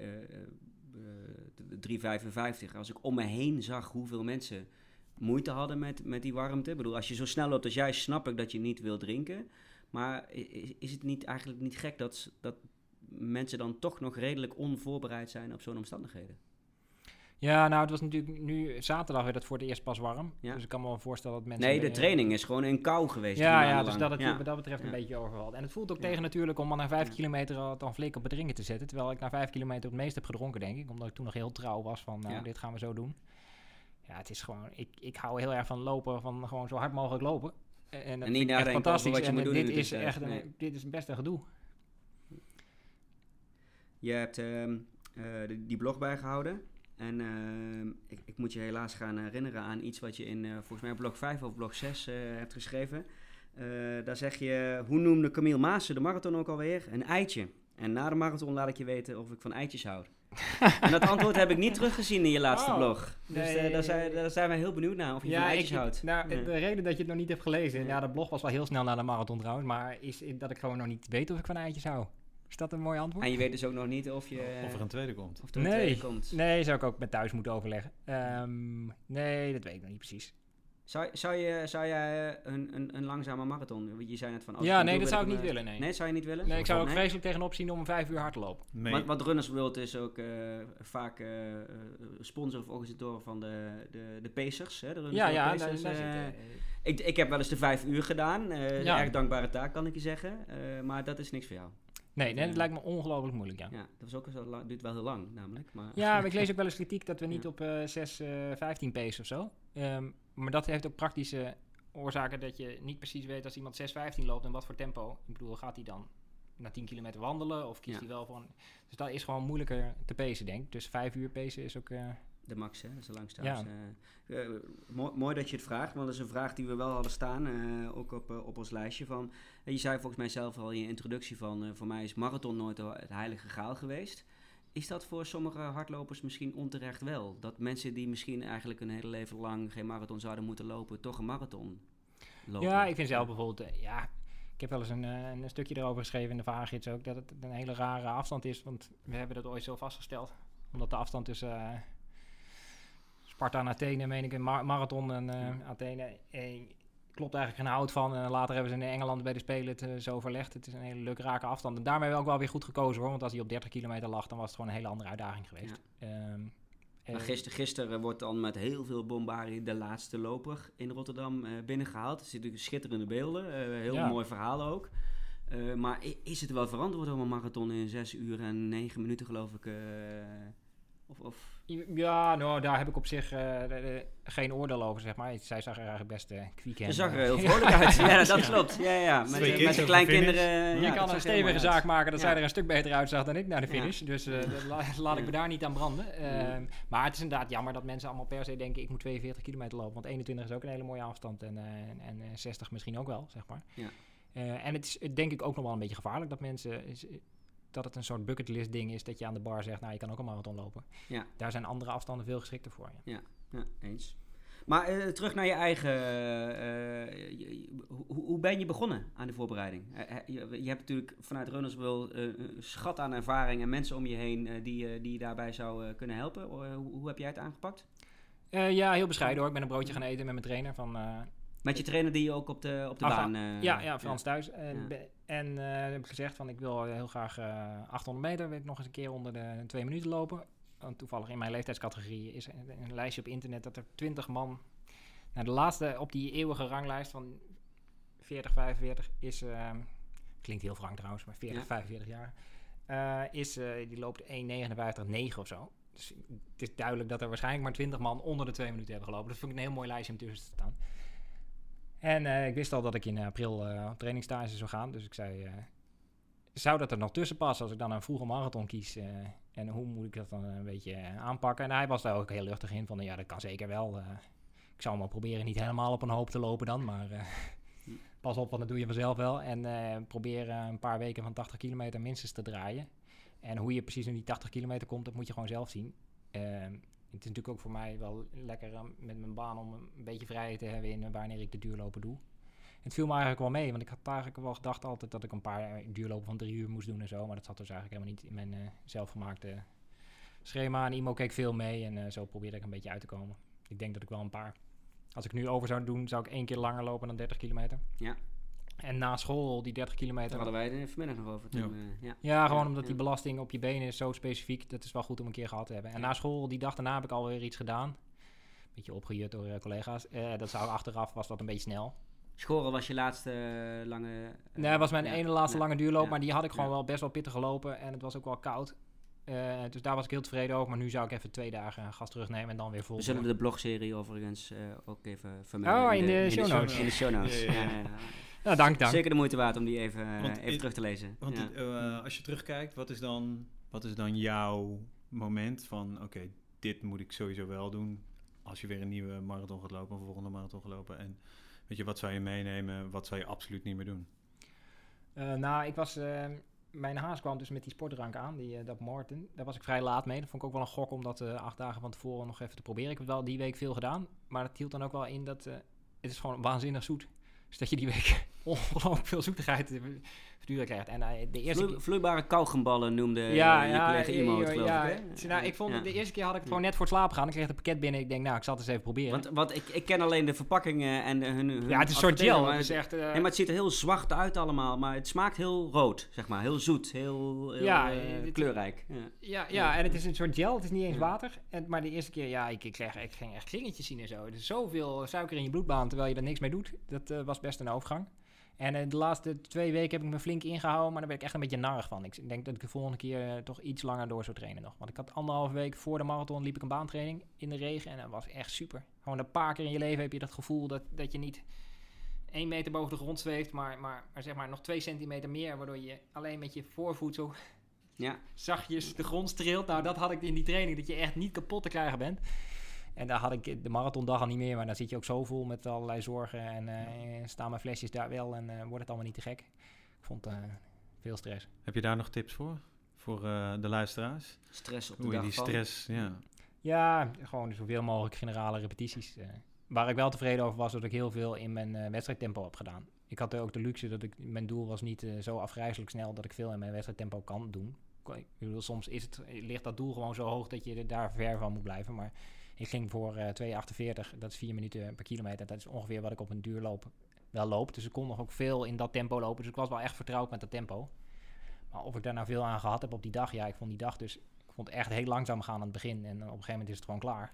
3:55. Als ik om me heen zag hoeveel mensen moeite hadden met die warmte. Ik bedoel, als je zo snel loopt als jij, snap ik dat je niet wil drinken. Maar is het eigenlijk niet gek dat mensen dan toch nog redelijk onvoorbereid zijn op zo'n omstandigheden? Ja, nou, het was natuurlijk nu zaterdag werd het voor het eerst pas warm. Ja. Dus ik kan me wel voorstellen dat mensen... Nee, de training is gewoon in kou geweest. Ja, dus dat het wat dat betreft een beetje overvalt. En het voelt ook tegen natuurlijk om na 5 kilometer dan flink op het drinken te zetten. Terwijl ik na 5 kilometer het meest heb gedronken, denk ik. Omdat ik toen nog heel trouw was van, dit gaan we zo doen. Ja, het is gewoon... Ik hou heel erg van lopen, van gewoon zo hard mogelijk lopen. En dat niet nadenken fantastisch. Wat je moet doen. Dit is echt dit is best een gedoe. Je hebt die blog bijgehouden. En ik moet je helaas gaan herinneren aan iets wat je in volgens mij blog 5 of blog 6 hebt geschreven. Daar zeg je, hoe noemde Camille Maassen de marathon ook alweer? Een eitje. En na de marathon laat ik je weten of ik van eitjes houd. En dat antwoord heb ik niet teruggezien in je laatste blog. Dus daar zijn we heel benieuwd naar of je van eitjes houdt. Nou, de reden dat je het nog niet hebt gelezen, dat blog was wel heel snel na de marathon trouwens, maar is dat ik gewoon nog niet weet of ik van eitjes hou. Is dat een mooi antwoord? En je weet dus ook nog niet of er een tweede komt. Of er een tweede komt. Nee, zou ik ook met thuis moeten overleggen. Nee, dat weet ik nog niet precies. Zou jij een langzame marathon? Je zei net van... dat zou ik niet willen, nee. Nee, zou je niet willen? Nee, ik zou er ook vreselijk tegenop zien om 5 uur hard te lopen. Nee. Want Runners World is ook vaak sponsor of organisator van de Pacers. Hè, de Runners World Pacers. Ik heb wel eens de 5 uur gedaan. Erg dankbare taak, kan ik je zeggen. Maar dat is niks voor jou. Nee, dat lijkt me ongelooflijk moeilijk, ja. Ja, dat was ook duurt wel heel lang, namelijk. Maar ja, maar ik lees ook wel eens kritiek dat we niet op 6:15 pace of zo. Maar dat heeft ook praktische oorzaken dat je niet precies weet als iemand 6:15 loopt en wat voor tempo. Ik bedoel, gaat hij dan na 10 kilometer wandelen of kiest hij wel van... Dus dat is gewoon moeilijker te pacen, denk ik. Dus 5 uur pacen is ook... de max, hè? Dat is de langste. Ja. Mooi dat je het vraagt, want dat is een vraag die we wel hadden staan, ook op ons lijstje. Van, je zei volgens mij zelf al in je introductie van, voor mij is marathon nooit het heilige graal geweest. Is dat voor sommige hardlopers misschien onterecht wel? Dat mensen die misschien eigenlijk hun hele leven lang geen marathon zouden moeten lopen, toch een marathon lopen? Ja, ik vind zelf bijvoorbeeld... ik heb wel eens een stukje erover geschreven in de vaargids ook, dat het een hele rare afstand is. Want we hebben dat ooit zo vastgesteld. Omdat de afstand tussen Sparta en Athene, meen ik, een marathon en Athene... klopt eigenlijk geen hout van. En later hebben ze in Engeland bij de Spelen het zo verlegd. Het is een hele leuke rake afstand. En daarmee ook wel weer goed gekozen hoor. Want als hij op 30 kilometer lag, dan was het gewoon een hele andere uitdaging geweest. Ja. Maar gisteren wordt dan met heel veel bombarie de laatste loper in Rotterdam binnengehaald. Er zitten natuurlijk schitterende beelden. Heel mooi verhaal ook. Maar is het wel verantwoord om een marathon in 6 uur en 9 minuten geloof ik... Ja, nou, daar heb ik op zich geen oordeel over, zeg maar. Zij zag er eigenlijk best kwiek en... Ze zag er heel vrolijk uit. Ja, dat klopt. Ja. Met de kleinkinderen... Je kan een stevige zaak maken dat zij er een stuk beter uitzag dan ik naar de finish. Ja. Dus laat ik me daar niet aan branden. Maar het is inderdaad jammer dat mensen allemaal per se denken... ik moet 42 kilometer lopen, want 21 is ook een hele mooie afstand. En 60 misschien ook wel, zeg maar. Ja. En het is denk ik ook nog wel een beetje gevaarlijk dat mensen... dat het een soort bucketlist ding is dat je aan de bar zegt... nou, je kan ook een marathon lopen. Ja. Daar zijn andere afstanden veel geschikter voor. Ja, eens. Maar terug naar je eigen... hoe ben je begonnen aan de voorbereiding? Je hebt natuurlijk vanuit Runners World een schat aan ervaring... en mensen om je heen die je daarbij zou kunnen helpen. Hoe heb jij het aangepakt? Ja, heel bescheiden hoor. Ik ben een broodje gaan eten met mijn trainer van... Met je trainer die je ook op de baan... Ja, Frans thuis. En heb ik gezegd van ik wil heel graag 800 meter... wil ik nog eens een keer onder de 2 minuten lopen. Want toevallig in mijn leeftijdscategorie is een lijstje op internet... dat er 20 man... Nou, de laatste op die eeuwige ranglijst van 40, 45 is... klinkt heel frank trouwens, maar 40, 45 jaar... die loopt 1:59,9 of zo. Dus het is duidelijk dat er waarschijnlijk maar 20 man onder de 2 minuten hebben gelopen. Dat vind ik een heel mooi lijstje om tussen te staan. En ik wist al dat ik in april op trainingsstage zou gaan. Dus ik zei, zou dat er nog tussen passen als ik dan een vroege marathon kies? En hoe moet ik dat dan een beetje aanpakken? En hij was daar ook heel luchtig in van, ja, dat kan zeker wel. Ik zou hem wel proberen niet helemaal op een hoop te lopen dan, maar pas op, want dat doe je vanzelf wel. En probeer een paar weken van 80 kilometer minstens te draaien. En hoe je precies in die 80 kilometer komt, dat moet je gewoon zelf zien. Het is natuurlijk ook voor mij wel lekker met mijn baan om een beetje vrijheid te hebben in wanneer ik de duurlopen doe. Het viel me eigenlijk wel mee, want ik had eigenlijk wel gedacht altijd dat ik een paar duurlopen van 3 uur moest doen en zo. Maar dat zat dus eigenlijk helemaal niet in mijn zelfgemaakte schema. En Imo keek veel mee en zo probeerde ik een beetje uit te komen. Ik denk dat ik wel een paar... Als ik nu over zou doen, zou ik 1 keer langer lopen dan 30 kilometer. Ja. En na school, die 30 kilometer... Daar hadden wij het vanmiddag nog over. Toen, gewoon omdat die belasting op je benen is zo specifiek. Dat is wel goed om een keer gehad te hebben. En na school, die dag daarna heb ik alweer iets gedaan. Beetje opgejut door collega's. Dat zou achteraf, was dat een beetje snel. Schoren was je laatste lange... Nee, was mijn ene laatste lange duurloop. Maar die had ik gewoon wel best wel pittig gelopen. En het was ook wel koud. Dus daar was ik heel tevreden over. Maar nu zou ik even 2 dagen gas terugnemen en dan weer vol. We zullen de blogserie overigens ook even vermelden. Oh, in de show notes. In de show notes. Nou, dank. Zeker de moeite waard om die even terug te lezen. Want als je terugkijkt, wat is dan jouw moment van... Oké, dit moet ik sowieso wel doen als je weer een nieuwe marathon gaat lopen... of een volgende marathon gaat lopen. En weet je, wat zou je meenemen? Wat zou je absoluut niet meer doen? Ik was... Mijn haas kwam dus met die sportdrank aan, dat Martin. Daar was ik vrij laat mee. Dat vond ik ook wel een gok om dat 8 dagen van tevoren nog even te proberen. Ik heb wel die week veel gedaan. Maar dat hield dan ook wel in dat... het is gewoon waanzinnig zoet. Dus dat je die week ongelooflijk veel zoetigheid verduurd krijgt. En de eerste vloeibare kauwgomballen noemde je collega Imo het, geloof ik. Nou, ik vond de eerste keer had ik het gewoon net voor het slapen gaan. Ik kreeg het pakket binnen. Ik denk, nou, ik zal het eens even proberen. Want ik ken alleen de verpakkingen en hun ja, het is een soort gel. Maar het ziet er heel zwart uit allemaal. Maar het smaakt heel rood, zeg maar. Heel zoet, heel kleurrijk. Ja, en het is een soort gel. Het is niet eens water. Maar de eerste keer, ik ging echt kringetjes zien en zo. Er is zoveel suiker in je bloedbaan, terwijl je er niks mee doet. Dat was best een overgang. En de laatste 2 weken heb ik me flink ingehouden, maar daar ben ik echt een beetje narig van. Ik denk dat ik de volgende keer toch iets langer door zou trainen nog. Want ik had 1,5 week voor de marathon liep ik een baantraining in de regen en dat was echt super. Gewoon een paar keer in je leven heb je dat gevoel dat je niet 1 meter boven de grond zweeft, maar zeg maar nog 2 centimeter meer, waardoor je alleen met je voorvoet zo zachtjes de grond streelt. Nou, dat had ik in die training, dat je echt niet kapot te krijgen bent. En daar had ik de marathondag al niet meer, maar dan zit je ook zo vol met allerlei zorgen en staan mijn flesjes daar wel en wordt het allemaal niet te gek. Ik vond veel stress. Heb je daar nog tips voor voor de luisteraars. Stress op de Hoe je dag die van. stress, Ja, gewoon zoveel mogelijk generale repetities. Waar ik wel tevreden over was, dat ik heel veel in mijn wedstrijdtempo heb gedaan. Ik had ook de luxe dat mijn doel was niet zo afgrijzelijk snel dat ik veel in mijn wedstrijdtempo kan doen. Ik bedoel, soms ligt dat doel gewoon zo hoog dat je daar ver van moet blijven. Maar ik ging voor 2,48, dat is 4 minuten per kilometer. Dat is ongeveer wat ik op een duurloop wel loop. Dus ik kon nog ook veel in dat tempo lopen. Dus ik was wel echt vertrouwd met dat tempo. Maar of ik daar nou veel aan gehad heb op die dag, ik vond die dag dus... Ik vond het echt heel langzaam gaan aan het begin. En op een gegeven moment is het gewoon klaar.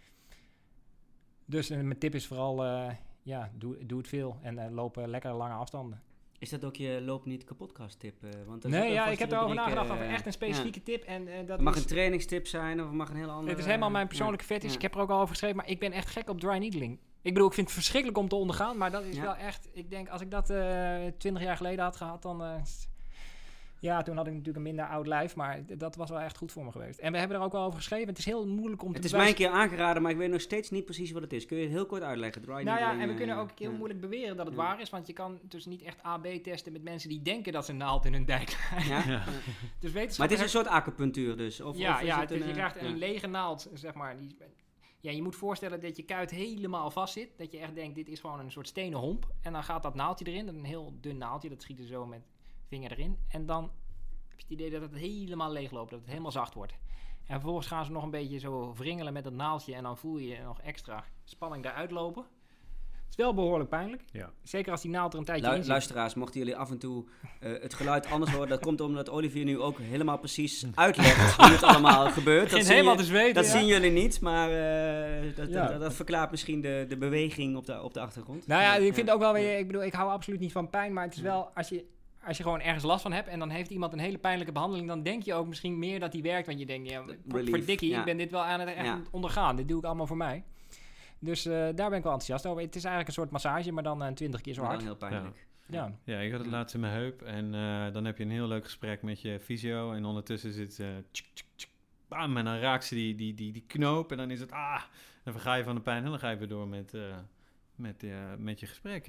Dus mijn tip is vooral, doe het veel. En loop lekker lange afstanden. Is dat ook je loop niet kapotkast tip? Want dat is ook Nee, een ik heb vaste erover rubriek, nagedacht over echt een specifieke tip. En dat het mag is, een trainingstip zijn of het mag een heel andere... het is helemaal mijn persoonlijke fetish. Ja. Ik heb er ook al over geschreven, maar ik ben echt gek op dry needling. Ik bedoel, ik vind het verschrikkelijk om te ondergaan. Maar dat is wel echt... Ik denk, als ik dat 20 jaar geleden had gehad, dan... toen had ik natuurlijk een minder oud lijf, maar dat was wel echt goed voor me geweest. En we hebben er ook wel over geschreven. Het is heel moeilijk om te Het is mij een keer aangeraden, maar ik weet nog steeds niet precies wat het is. Kun je het heel kort uitleggen? Dry needling, En we kunnen ook heel moeilijk beweren dat het waar is, want je kan dus niet echt A/B testen met mensen die denken dat ze een naald in hun dijk krijgen. Ja? Dus wetenschap. Maar het is een soort acupunctuur dus? Of is het je krijgt een lege naald, zeg maar. Je moet voorstellen dat je kuit helemaal vast zit. Dat je echt denkt, dit is gewoon een soort stenen homp. En dan gaat dat naaldje erin, een heel dun naaldje, dat schiet er zo met vinger erin. En dan heb je het idee dat het helemaal leeg loopt, dat het helemaal zacht wordt. En vervolgens gaan ze nog een beetje zo wringelen met dat naaldje en dan voel je nog extra spanning eruit lopen. Het is wel behoorlijk pijnlijk. Ja. Zeker als die naald er een tijdje in zit. Luisteraars, mochten jullie af en toe het geluid anders horen, dat komt omdat Olivier nu ook helemaal precies uitlegt hoe het allemaal gebeurt. Begint helemaal te zweten. Dat zien jullie niet, maar dat verklaart misschien de beweging op de achtergrond. Nou ja, ik vind ook wel weer, ik bedoel, ik hou absoluut niet van pijn, maar het is wel, als je gewoon ergens last van hebt en dan heeft iemand een hele pijnlijke behandeling, dan denk je ook misschien meer dat die werkt, want je denkt, verdikkie, ik ben dit wel aan het ondergaan, dit doe ik allemaal voor mij. Dus daar ben ik wel enthousiast over. Het is eigenlijk een soort massage, maar dan 20 keer zo hard. Dan heel pijnlijk. Ja, ik had het laatst in mijn heup en dan heb je een heel leuk gesprek met je fysio en ondertussen zit bam, en dan raakt ze die knoop en dan is het dan ga je van de pijn en dan ga je weer door met je gesprek.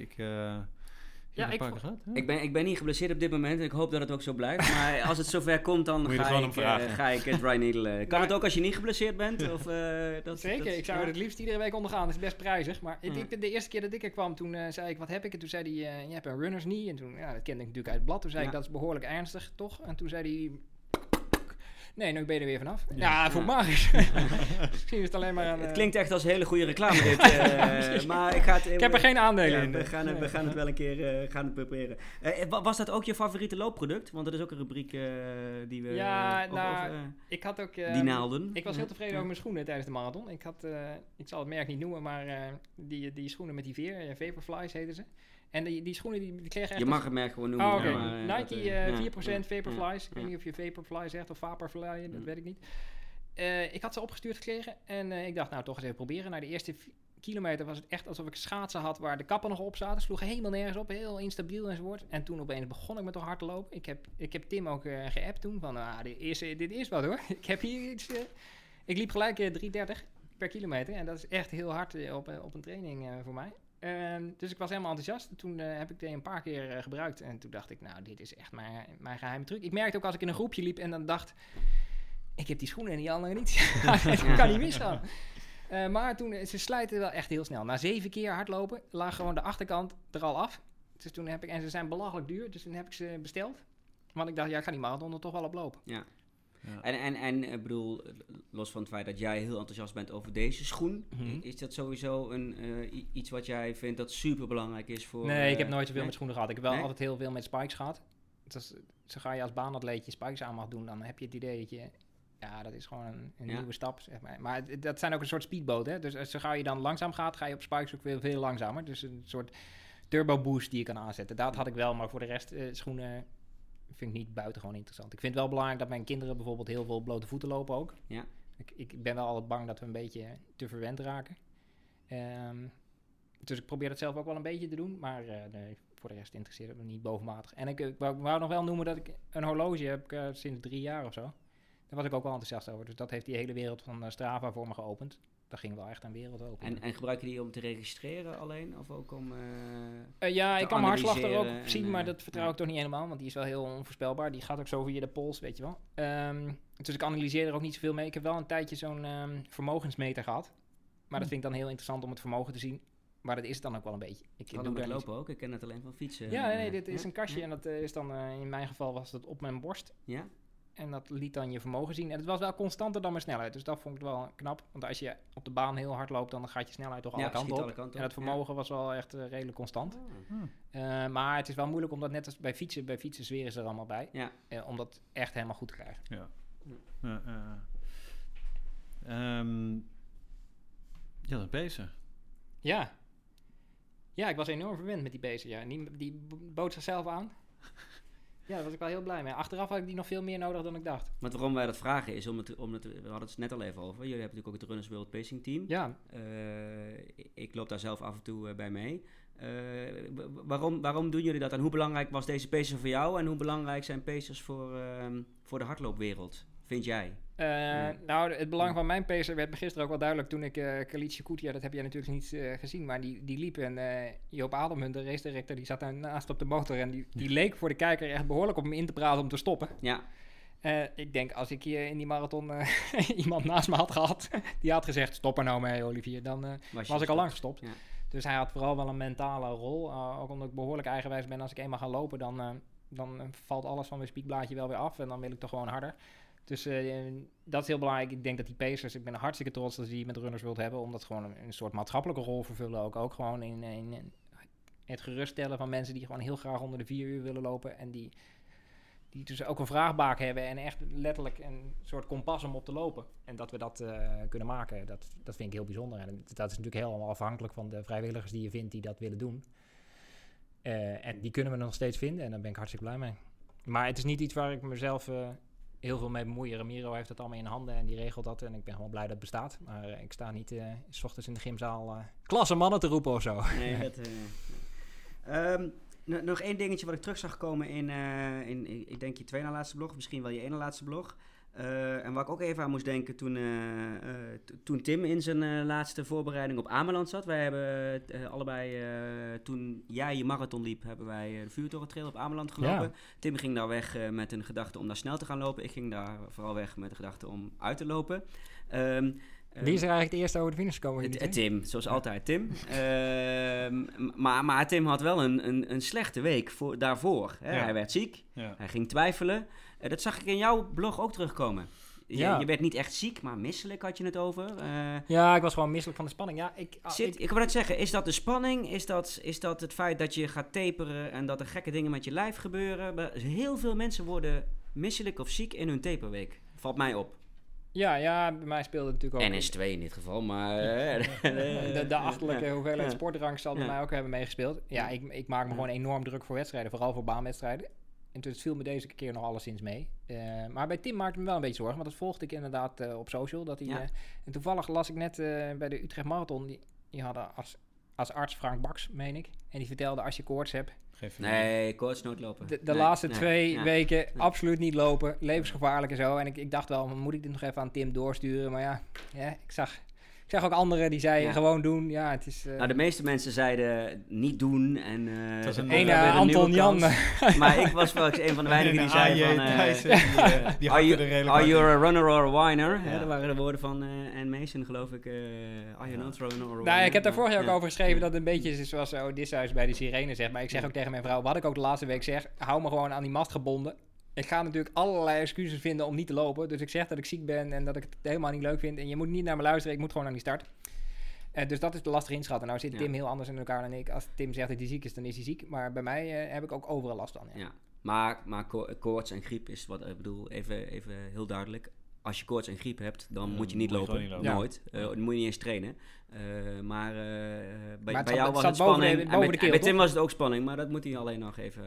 Ik ben niet geblesseerd op dit moment en ik hoop dat het ook zo blijft. Maar als het zover komt, dan ga ik dry needle. Kan het ook als je niet geblesseerd bent? Of, zeker, ik zou het liefst iedere week ondergaan. Dat is best prijzig. Maar de eerste keer dat ik er kwam, toen zei ik, wat heb ik? En toen zei hij, je hebt een runner's knee. En toen, dat kende ik natuurlijk uit het blad. Toen zei ik, dat is behoorlijk ernstig, toch? En toen zei hij... Nee, nu ben je er weer vanaf. Ja, voel magisch. Misschien is het alleen maar... Het klinkt echt als hele goede reclame dit. Maar ik heb er geen aandelen in. We gaan het wel een keer gaan het proberen. Was dat ook je favoriete loopproduct? Want dat is ook een rubriek die we... ik had ook... die naalden. Ik was heel tevreden over mijn schoenen tijdens de marathon. Ik zal het merk niet noemen, maar die schoenen met die veer, Vaporflies heten ze. En die schoenen die kregen echt... Je mag het merk gewoon noemen. Oh, oké. Nike 4% Vaporflies. Ik weet niet of je Vaporfly zegt of Vaporfly, dat weet ik niet. Ik had ze opgestuurd gekregen en ik dacht, nou toch eens even proberen. Na de eerste kilometer was het echt alsof ik schaatsen had waar de kappen nog op zaten. Sloeg helemaal nergens op, heel instabiel enzovoort. En toen opeens begon ik met toch hard te lopen. Ik heb Tim ook geappt toen van, dit is wat hoor. Ik heb hier iets... ik liep gelijk 3:30 per kilometer en dat is echt heel hard op een training voor mij. Dus ik was helemaal enthousiast. Toen heb ik die een paar keer gebruikt. En toen dacht ik, nou, dit is echt mijn geheime truc. Ik merkte ook als ik in een groepje liep en dan dacht... Ik heb die schoenen en die anderen niet. Dat kan niet misgaan. Maar toen, ze slijten wel echt heel snel. Na 7 keer hardlopen lag gewoon de achterkant er al af. Dus toen en ze zijn belachelijk duur. Dus toen heb ik ze besteld. Want ik dacht, ik ga die marathon er toch wel op lopen. Ja. En ik bedoel, los van het feit dat jij heel enthousiast bent over deze schoen, is dat sowieso iets wat jij vindt dat super belangrijk is voor... Nee, ik heb nooit zoveel met schoenen gehad. Ik heb wel altijd heel veel met spikes gehad. Dus zo ga je als baanatleetje spikes aan mag doen, dan heb je het idee dat je... Ja, dat is gewoon een nieuwe stap, zeg maar. Maar dat zijn ook een soort speedboot, hè. Dus zo gauw je dan langzaam gaat, ga je op spikes ook weer veel langzamer. Dus een soort turbo boost die je kan aanzetten. Dat had ik wel, maar voor de rest schoenen... vind ik niet buitengewoon interessant. Ik vind het wel belangrijk dat mijn kinderen bijvoorbeeld heel veel blote voeten lopen ook. Ja. Ik ben wel altijd bang dat we een beetje te verwend raken. Dus ik probeer dat zelf ook wel een beetje te doen. Maar nee, voor de rest interesseert het me niet bovenmatig. En ik wou nog wel noemen dat ik een horloge heb sinds 3 jaar of zo. Daar was ik ook wel enthousiast over. Dus dat heeft die hele wereld van Strava voor me geopend. daar ging wel echt een wereld open. En gebruik je die om te registreren alleen? Of ook om ja, ik kan mijn hartslag er ook analyseren op zien, en, maar dat vertrouw ik toch niet helemaal, want die is wel heel onvoorspelbaar. Die gaat ook zo via de pols, weet je wel. Dus ik analyseer er ook niet zoveel mee. Ik heb wel een tijdje zo'n vermogensmeter gehad. Maar dat vind ik dan heel interessant om het vermogen te zien. Maar dat is het dan ook wel een beetje. Ik Hadden doe met daar niet. lopen ook? Ik ken het alleen van fietsen. Ja, nee, dit is Ja? een kastje Ja? en dat is dan, in mijn geval was dat op mijn borst. Ja? En dat liet dan je vermogen zien. En het was wel constanter dan mijn snelheid. Dus dat vond ik wel knap. Want als je op de baan heel hard loopt, dan gaat je snelheid toch alle Ja, kanten schiet op. alle kanten En op, het vermogen was wel echt redelijk constant. Ah. Maar het is wel moeilijk om dat net als bij fietsen zweren ze er allemaal bij. Ja. Om dat echt helemaal goed te krijgen. Ja, dat is bezig. Ja. Ja, ik was enorm verwend met die beesten. Ja. En die bood zichzelf aan. Ja, daar was ik wel heel blij mee. Achteraf had ik die nog veel meer nodig dan ik dacht. Want waarom wij dat vragen is omdat we hadden het net al even over. Jullie hebben natuurlijk ook het Runners World Pacing Team. Ja. Ik loop daar zelf af en toe bij mee. Waarom doen jullie dat? En hoe belangrijk was deze pacer voor jou? En hoe belangrijk zijn pacers voor de hardloopwereld? Vind jij? Nou, het belang van mijn pacer werd me gisteren ook wel duidelijk toen ik Kalic Yakutia, dat heb jij natuurlijk niet gezien, maar die liep en Joop Adelman, de race director, die zat daarnaast op de motor en die leek voor de kijker echt behoorlijk op hem in te praten om te stoppen. Ja. Ik denk, als ik hier in die marathon iemand naast me had gehad, die had gezegd, stop er nou mee Olivier, dan was ik al lang gestopt. Ja. Dus hij had vooral wel een mentale rol, ook omdat ik behoorlijk eigenwijs ben. Als ik eenmaal ga lopen, dan valt alles van mijn spiekblaadje wel weer af en dan wil ik toch gewoon harder. Dus dat is heel belangrijk. Ik denk dat die pacers, ik ben hartstikke trots dat ze die met Runners World hebben, omdat gewoon een soort maatschappelijke rol vervullen ook gewoon in het geruststellen van mensen die gewoon heel graag onder de 4 uur willen lopen en die dus ook een vraagbaak hebben en echt letterlijk een soort kompas om op te lopen. En dat we dat kunnen maken, dat vind ik heel bijzonder. En dat is natuurlijk helemaal afhankelijk van de vrijwilligers die je vindt die dat willen doen. En die kunnen we nog steeds vinden en daar ben ik hartstikke blij mee. Maar het is niet iets waar ik mezelf heel veel mee bemoeien. Ramiro heeft dat allemaal in handen en die regelt dat. En ik ben gewoon blij dat het bestaat. Maar ik sta niet 's ochtends in de gymzaal klasse mannen te roepen of zo. Nee, dat... nog één dingetje wat ik terug zag komen in ik denk je 2 na laatste blog, misschien wel je 1 na laatste blog. En waar ik ook even aan moest denken toen Tim in zijn laatste voorbereiding op Ameland zat. Wij hebben allebei, toen jij je marathon liep, hebben wij de Vuurtorentrail op Ameland gelopen. Ja. Tim ging daar weg met een gedachte om daar snel te gaan lopen. Ik ging daar vooral weg met de gedachte om uit te lopen. Wie is er eigenlijk het eerste over de finish gekomen? Tim, zoals altijd Tim. Maar Tim had wel een slechte week daarvoor. Hè? Ja. Hij werd ziek, hij ging twijfelen. Dat zag ik in jouw blog ook terugkomen. Je werd niet echt ziek, maar misselijk had je het over. Ja, ik was gewoon misselijk van de spanning. Ja, ik wil net zeggen, is dat de spanning? Is dat het feit dat je gaat taperen en dat er gekke dingen met je lijf gebeuren? Heel veel mensen worden misselijk of ziek in hun taperweek. Valt mij op. Ja, bij mij speelde het natuurlijk ook... NS2 in dit geval, maar... de achterlijke hoeveelheid sportdrank zal bij mij ook hebben meegespeeld. Ja, ik maak me gewoon enorm druk voor wedstrijden, vooral voor baanwedstrijden. En dus het viel me deze keer nog alleszins mee. Maar bij Tim maakte me wel een beetje zorgen, want dat volgde ik inderdaad op social. Dat hij, en toevallig las ik net bij de Utrecht Marathon, die hadden als arts Frank Baks, meen ik. En die vertelde, als je koorts hebt... Nee, koorts nooit lopen. De laatste 2 weken absoluut niet lopen. Levensgevaarlijk en zo. En ik dacht wel, moet ik dit nog even aan Tim doorsturen? Maar ja, ik zag ook anderen die zeiden gewoon doen. Ja, het is... Nou, de meeste mensen zeiden niet doen. En dat is Anton Jan. Maar ik was wel een van de weinigen die zei van... Are you a runner or a whiner? Ja. Dat waren de woorden van Ann Mason, geloof ik. Are you not a runner or a whiner? Nou, ik heb daar vorig jaar ook over geschreven dat het een beetje is zoals Odysseus bij de sirene zegt. Maar ik zeg ook tegen mijn vrouw, wat ik ook de laatste week zeg, hou me gewoon aan die mast gebonden. Ik ga natuurlijk allerlei excuses vinden om niet te lopen. Dus ik zeg dat ik ziek ben en dat ik het helemaal niet leuk vind. En je moet niet naar me luisteren, ik moet gewoon aan die start. Dus dat is de lastige inschatten. Nou zit Tim heel anders in elkaar dan ik. Als Tim zegt dat hij ziek is, dan is hij ziek. Maar bij mij heb ik ook overal last van. Ja. Maar koorts en griep is wat ik bedoel, even heel duidelijk. Als je koorts en griep hebt, dan moet je niet lopen. Nooit. Dan moet je niet eens trainen. Maar bij jou was het spanning. Bij Tim was het ook spanning, maar dat moet hij alleen nog even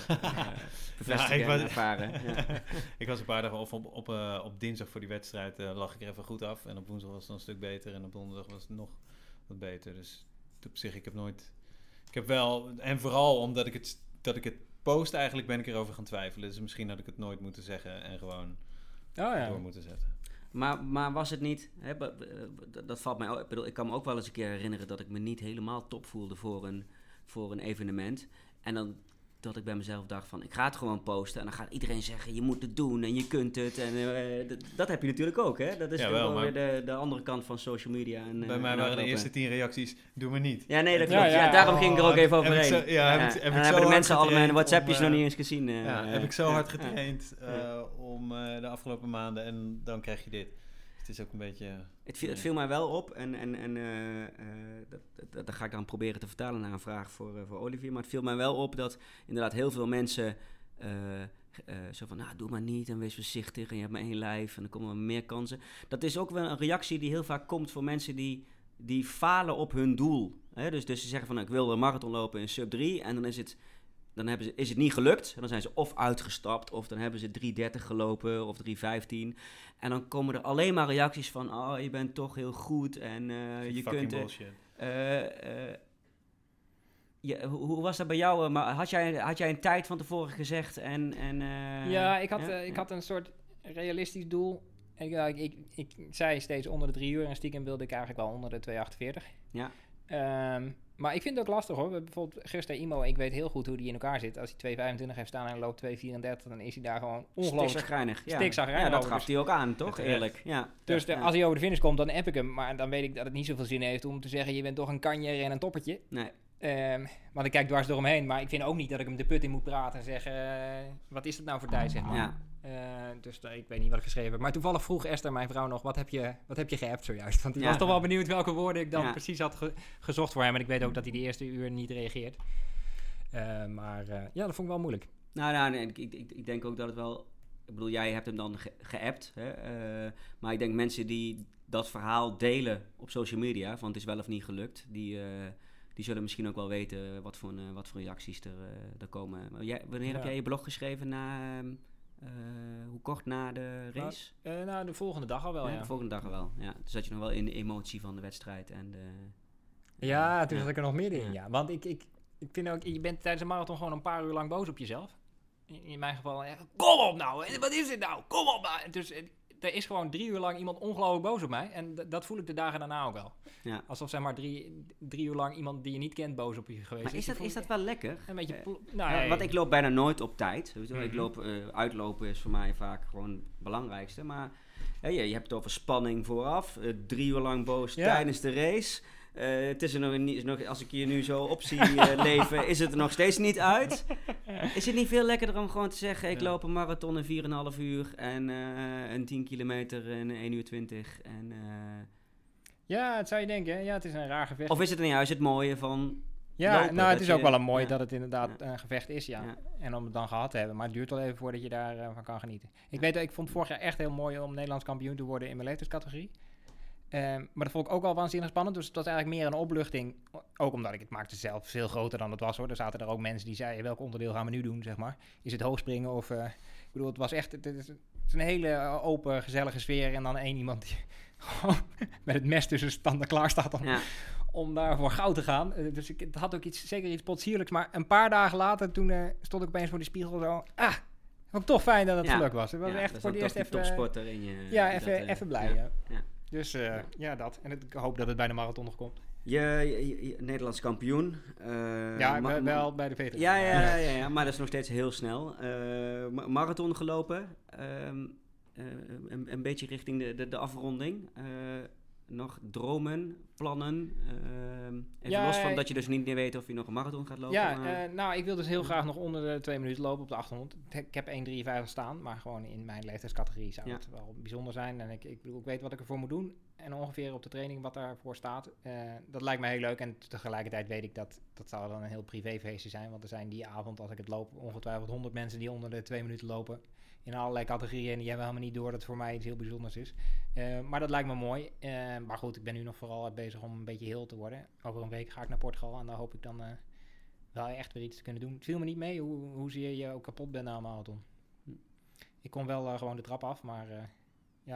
bevestigen en ervaren. Ik was een paar dagen op dinsdag voor die wedstrijd lag ik er even goed af. En op woensdag was het dan een stuk beter. En op donderdag was het nog wat beter. Dus op zich, ik heb wel... En vooral omdat ik het post eigenlijk ben ik erover gaan twijfelen. Dus misschien had ik het nooit moeten zeggen en gewoon... door moeten zetten. Maar was het niet... Hè, dat valt mij ook... Ik bedoel, ik kan me ook wel eens een keer herinneren dat ik me niet helemaal top voelde voor een evenement. En dan dat ik bij mezelf dacht van, ik ga het gewoon posten. En dan gaat iedereen zeggen, je moet het doen en je kunt het. En dat heb je natuurlijk ook, hè? Dat is Ja, toch wel, wel maar weer de andere kant van social media. En, bij mij waren de hardlopen. eerste 10 reacties, doe maar niet. Ja, nee, dat Ja, klopt. ja. Ja, daarom ging ik er ook even Heb ik overheen. zo- ja, heb ik en zo dan hebben de hard mensen al mijn getraind WhatsAppjes om, nog niet eens gezien. heb ik zo hard getraind Ja. om de afgelopen maanden en dan krijg je dit. Het is ook een beetje... Het viel mij wel op en dat ga ik dan proberen te vertalen naar een vraag voor Olivier. Maar het viel mij wel op dat inderdaad heel veel mensen zo van, nou, doe maar niet en wees voorzichtig en je hebt maar 1 lijf en dan komen er meer kansen. Dat is ook wel een reactie die heel vaak komt voor mensen die falen op hun doel. Hè? Dus ze zeggen van, ik wil een marathon lopen in sub 3 en dan is het niet gelukt. En dan zijn ze of uitgestapt of dan hebben ze 3:30 gelopen of 3:15. En dan komen er alleen maar reacties van, oh, je bent toch heel goed en je kunt het. bullshit. Hoe was dat bij jou? Maar had jij een tijd van tevoren gezegd? Ja, ik had een soort realistisch doel. Ik zei steeds onder de 3 uur en stiekem wilde ik eigenlijk wel onder de 2:48. Ja. Maar ik vind het ook lastig hoor. Bijvoorbeeld Gusta Imo, ik weet heel goed hoe die in elkaar zit. Als hij 2:25 heeft staan en loopt 2:34, dan is hij daar gewoon ongelooflijk Stikzagrijnig. Ja. stikzagrijnig Ja, dat over. gaf hij ook aan, toch? Terecht. Eerlijk. Ja. Dus Ja. als hij over de finish komt, dan app ik hem. Maar dan weet ik dat het niet zoveel zin heeft om te zeggen, je bent toch een kanjer en een toppertje. Nee. Want ik kijk dwars door hem heen. Maar ik vind ook niet dat ik hem de put in moet praten en zeggen, wat is het nou voor tijd, zeg maar. Ja. Dus ik weet niet wat ik geschreven heb. Maar toevallig vroeg Esther, mijn vrouw, nog, wat heb je geappt zojuist? Want ik Ja. was toch wel benieuwd welke woorden ik dan Ja. precies had gezocht voor hem. En ik weet ook dat hij de eerste uur niet reageert. Maar dat vond ik wel moeilijk. Nou, nee, ik denk ook dat het wel... Ik bedoel, jij hebt hem dan geappt. Hè? Maar ik denk mensen die dat verhaal delen op social media, van het is wel of niet gelukt, die zullen misschien ook wel weten wat voor reacties er komen. Maar wanneer heb jij je blog geschreven hoe kort na de race? De volgende dag al wel, ja. De volgende dag al wel. Ja. Dus zat je nog wel in de emotie van de wedstrijd. En Toen zat ik er nog midden in, ja. Want ik vind ook, je bent tijdens een marathon gewoon een paar uur lang boos op jezelf. In mijn geval, kom op nou, wat is dit nou? Kom op nou. Dus er is gewoon 3 uur lang iemand ongelooflijk boos op mij. En dat voel ik de dagen daarna ook wel. Ja. Alsof zeg maar 3 uur lang iemand die je niet kent boos op je geweest Maar is dat wel lekker? Een beetje... Want ik loop bijna nooit op tijd. Weet je wel. Mhm. Uitlopen is voor mij vaak gewoon het belangrijkste. Maar je hebt het over spanning vooraf. 3 uur lang boos tijdens de race. Het is er nog, als ik je nu zo op zie leven, is het er nog steeds niet uit. Is het niet veel lekkerder om gewoon te zeggen, ik loop een marathon in 4,5 uur en een 10 kilometer in 1 uur 20. Ja, het zou je denken. Ja, het is een raar gevecht. Of is het juist het mooie van ja, lopen, nou, het is ook wel een mooi ja. dat het inderdaad een gevecht is, ja. En om het dan gehad te hebben. Maar het duurt wel even voordat je daarvan kan genieten. Ik vond vorig jaar echt heel mooi om Nederlands kampioen te worden in mijn leeftijdscategorie. Maar dat vond ik ook al waanzinnig spannend. Dus het was eigenlijk meer een opluchting. Ook omdat ik het maakte zelf veel groter dan het was, hoor. Er zaten er ook mensen die zeiden, welk onderdeel gaan we nu doen, zeg maar. Is het hoogspringen of... ik bedoel, het was echt... Het is een hele open, gezellige sfeer. En dan één iemand die gewoon met het mes tussen standen klaar staat om daar voor goud te gaan. Dus het had ook zeker iets potsierlijks. Maar een paar dagen later, toen stond ik opeens voor die spiegel zo... ook toch fijn dat het gelukt was. Het was echt voor het eerst even... topsporter in je... Ja, even blij. Ja. Dus dat. En ik hoop dat het bij de marathon nog komt. Je Nederlands kampioen. Wel bij de VT. Ja, maar dat is nog steeds heel snel. Marathon gelopen. Een beetje richting de afronding. Nog dromen, plannen. Los van dat je dus niet meer weet of je nog een marathon gaat lopen. Ja, ik wil dus heel graag nog onder de 2 minuten lopen op de 800. Ik heb 1:53 staan, maar gewoon in mijn leeftijdscategorie zou het wel bijzonder zijn. En ik bedoel, ik weet wat ik ervoor moet doen. En ongeveer op de training wat daarvoor staat. Dat lijkt me heel leuk. En tegelijkertijd weet ik dat zou dan een heel privéfeestje zijn. Want er zijn die avond, als ik het loop, ongetwijfeld 100 mensen die onder de 2 minuten lopen. In allerlei categorieën. En die hebben helemaal niet door dat het voor mij iets heel bijzonders is. Maar dat lijkt me mooi. Maar goed, ik ben nu nog vooral bezig om een beetje heel te worden. Over een week ga ik naar Portugal. En daar hoop ik dan wel echt weer iets te kunnen doen. Het viel me niet mee hoezeer je ook kapot bent na een marathon. Ik kon wel gewoon de trap af. Maar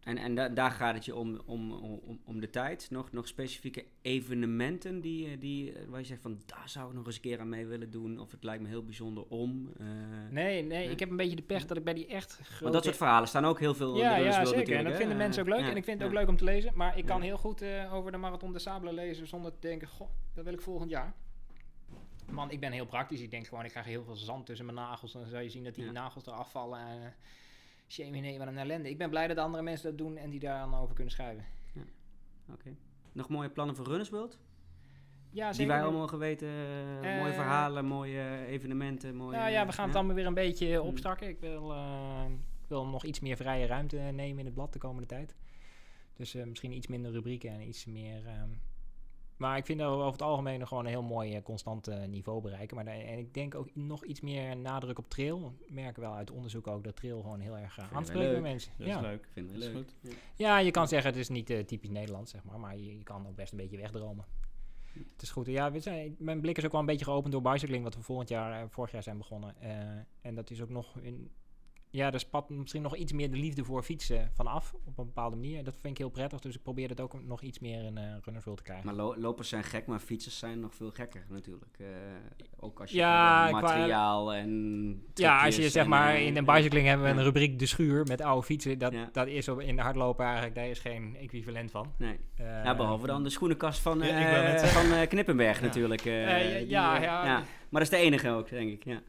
Daar gaat het je om de tijd. Nog specifieke evenementen waar je zegt van, daar zou ik nog eens een keer aan mee willen doen. Of het lijkt me heel bijzonder om. Nee, ik heb een beetje de pech dat ik bij die echt grote... Want dat soort verhalen staan ook heel veel in de Ja, Runnersworld zeker. En natuurlijk, dat hè? vinden mensen ook leuk. Ja, En ik vind het ja. ook leuk om te lezen. Maar ik kan Ja. heel goed over de Marathon des Sables lezen zonder te denken, goh, dat wil ik volgend jaar. Man, ik ben heel praktisch. Ik denk gewoon, ik krijg heel veel zand tussen mijn nagels. En dan zou je zien dat die nagels eraf vallen. Nee, wat een ellende. Ik ben blij dat andere mensen dat doen en die daar dan over kunnen schrijven. Oké. Nog mooie plannen voor Runnersworld? Ja, Die zeker. wij allemaal mogen weten. Mooie verhalen, mooie evenementen. Nou ja, we gaan het allemaal weer een beetje opstarten. Ik wil nog iets meer vrije ruimte nemen in het blad de komende tijd. Dus misschien iets minder rubrieken en iets meer... maar ik vind dat we over het algemeen nog gewoon een heel mooi constant niveau bereiken. En ik denk ook nog iets meer nadruk op trail. We merken wel uit onderzoek ook dat trail gewoon heel erg aanspreekt bij mensen. Dat is leuk. Ik vind het Dat is leuk. goed. Ja, je kan zeggen het is niet typisch Nederlands, zeg maar je kan ook best een beetje wegdromen. Het is goed. Ja, mijn blik is ook wel een beetje geopend door bicycling, wat we vorig jaar zijn begonnen. En dat is ook nog daar spat misschien nog iets meer de liefde voor fietsen vanaf op een bepaalde manier. Dat vind ik heel prettig, dus ik probeer dat ook nog iets meer in Runnersworld te krijgen. Maar lopers zijn gek, maar fietsers zijn nog veel gekker natuurlijk. Ook als je materiaal en ja, als je zeg maar in een bicycling hebben we een ja. rubriek de schuur met oude fietsen. Dat is in de hardlopen eigenlijk, daar is geen equivalent van. Nee. Behalve dan de schoenenkast van Knippenberg natuurlijk. Maar dat is de enige ook, denk ik. Ja.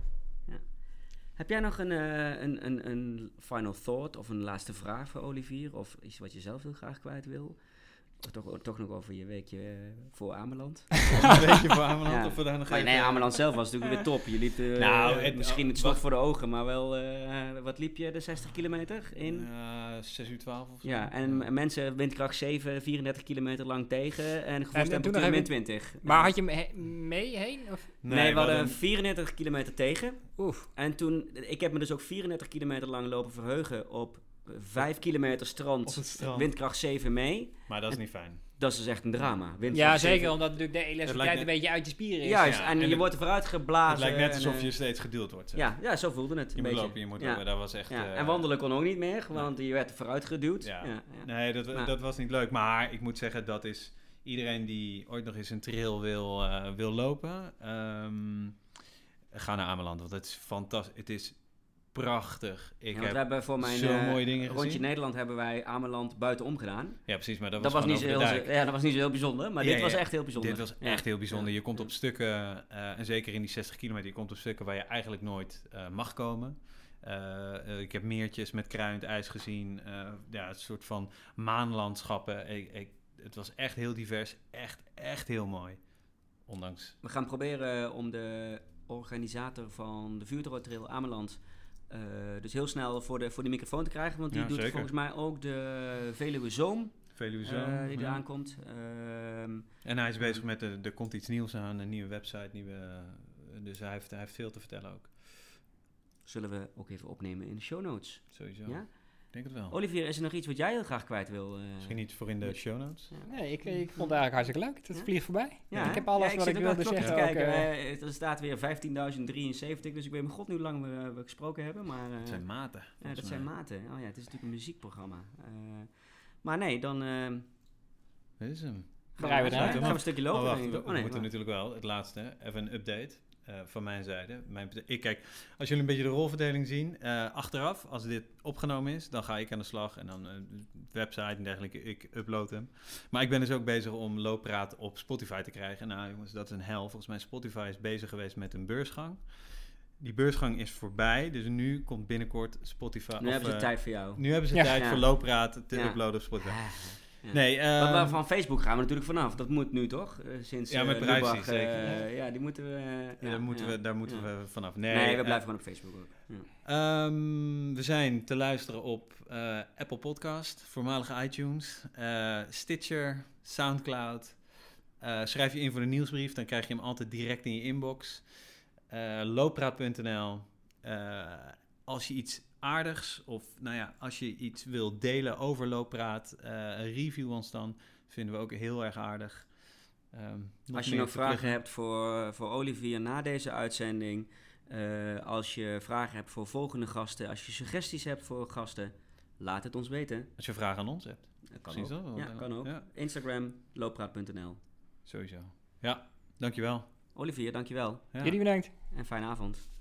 Heb jij nog een final thought of een laatste vraag voor Olivier? Of iets wat je zelf heel graag kwijt wil? Of toch nog over je weekje voor Ameland? Een beetje voor Ameland of we daar nog Nee, Ameland zelf was natuurlijk weer top. Je liep misschien het snot voor de ogen, maar wel... wat liep je, de 60 kilometer in? 6 uur 12 of zo. Ja, en mensen windkracht 7, 34 kilometer lang tegen en gevoelstemperatuur min 20. Maar had je hem heen? Of? Nee, we hadden 34 kilometer tegen. Oef. En toen, ik heb me dus ook 34 kilometer lang lopen verheugen op 5 kilometer strand, windkracht 7 mee. Maar dat is niet fijn. Dat is dus echt een drama. Ja, zeker, omdat natuurlijk de elasticiteit een beetje uit je spieren is. Juist, en je wordt er vooruit geblazen. Het lijkt net alsof je steeds geduwd wordt. Zeg. Ja, zo voelde het. Je moet lopen, je moet lopen. Dat was echt... en wandelen kon ook niet meer, want je werd vooruit geduwd. Ja. Nee, dat was niet leuk. Maar ik moet zeggen, dat is iedereen die ooit nog eens een trail wil lopen. Ga naar Ameland, want het is fantastisch. Het is prachtig. We hebben voor mijn mooie dingen rondje gezien. Nederland hebben wij Ameland buitenom gedaan. Ja, precies, maar dat was niet zo heel bijzonder, maar dit was echt heel bijzonder. Dit was echt heel bijzonder. Je komt op stukken, en zeker in die 60 kilometer, je komt op stukken waar je eigenlijk nooit mag komen. Ik heb meertjes met kruiend ijs gezien, een soort van maanlandschappen. Het was echt heel divers, echt heel mooi. Ondanks. We gaan proberen om de organisator van de Vuurtorentrail Ameland dus heel snel voor de microfoon te krijgen, want die doet zeker. Volgens mij ook de Veluwe Zoom. Die eraan komt. En hij is bezig met, er komt iets nieuws aan, een nieuwe website, dus hij heeft veel te vertellen ook. Zullen we ook even opnemen in de show notes? Sowieso. Ja? Ik denk het wel. Olivier, is er nog iets wat jij heel graag kwijt wil? Misschien iets voor in de show notes? Ja. Nee, ik vond het eigenlijk hartstikke leuk. Het vliegt voorbij. Ja, ik heb alles wat ik wilde zeggen. Er staat weer 15.073, dus ik weet mijn god nu hoe lang we gesproken hebben. Maar, dat zijn maten. Ja, dat zijn maten. Oh ja, het is natuurlijk een muziekprogramma. Maar nee, dan... Dit is hem. Gaan we een stukje lopen. We moeten natuurlijk wel, het laatste, even een update. Van mijn zijde. Kijk, als jullie een beetje de rolverdeling zien, achteraf, als dit opgenomen is, dan ga ik aan de slag en dan de website en dergelijke, ik upload hem. Maar ik ben dus ook bezig om Looppraat op Spotify te krijgen. Nou jongens, dat is een hel. Volgens mij Spotify is bezig geweest met een beursgang. Die beursgang is voorbij, dus nu komt binnenkort Spotify... Nu hebben ze tijd voor jou. Nu hebben ze tijd voor Looppraat te uploaden op Spotify. Ja. Nee, maar van Facebook gaan we natuurlijk vanaf. Dat moet nu toch? Sinds met privacy zeker. Ja, die moeten we... Daar moeten we vanaf. Nee, we blijven gewoon op Facebook ook. Ja. We zijn te luisteren op Apple Podcast, voormalige iTunes, Stitcher, Soundcloud. Schrijf je in voor de nieuwsbrief, dan krijg je hem altijd direct in je inbox. Looppraat.nl. Als je iets aardigs of als je iets wil delen over Looppraat, review ons dan. Vinden we ook heel erg aardig. Als je nog vragen hebt voor Olivier na deze uitzending, als je vragen hebt voor volgende gasten, als je suggesties hebt voor gasten, laat het ons weten. Als je vragen aan ons hebt. Dat kan Precies ook. wel. Ja, kan ook. Ja. Instagram, looppraat.nl. Sowieso. Ja, dankjewel. Olivier, dankjewel. Ja. Jullie bedankt. En fijne avond.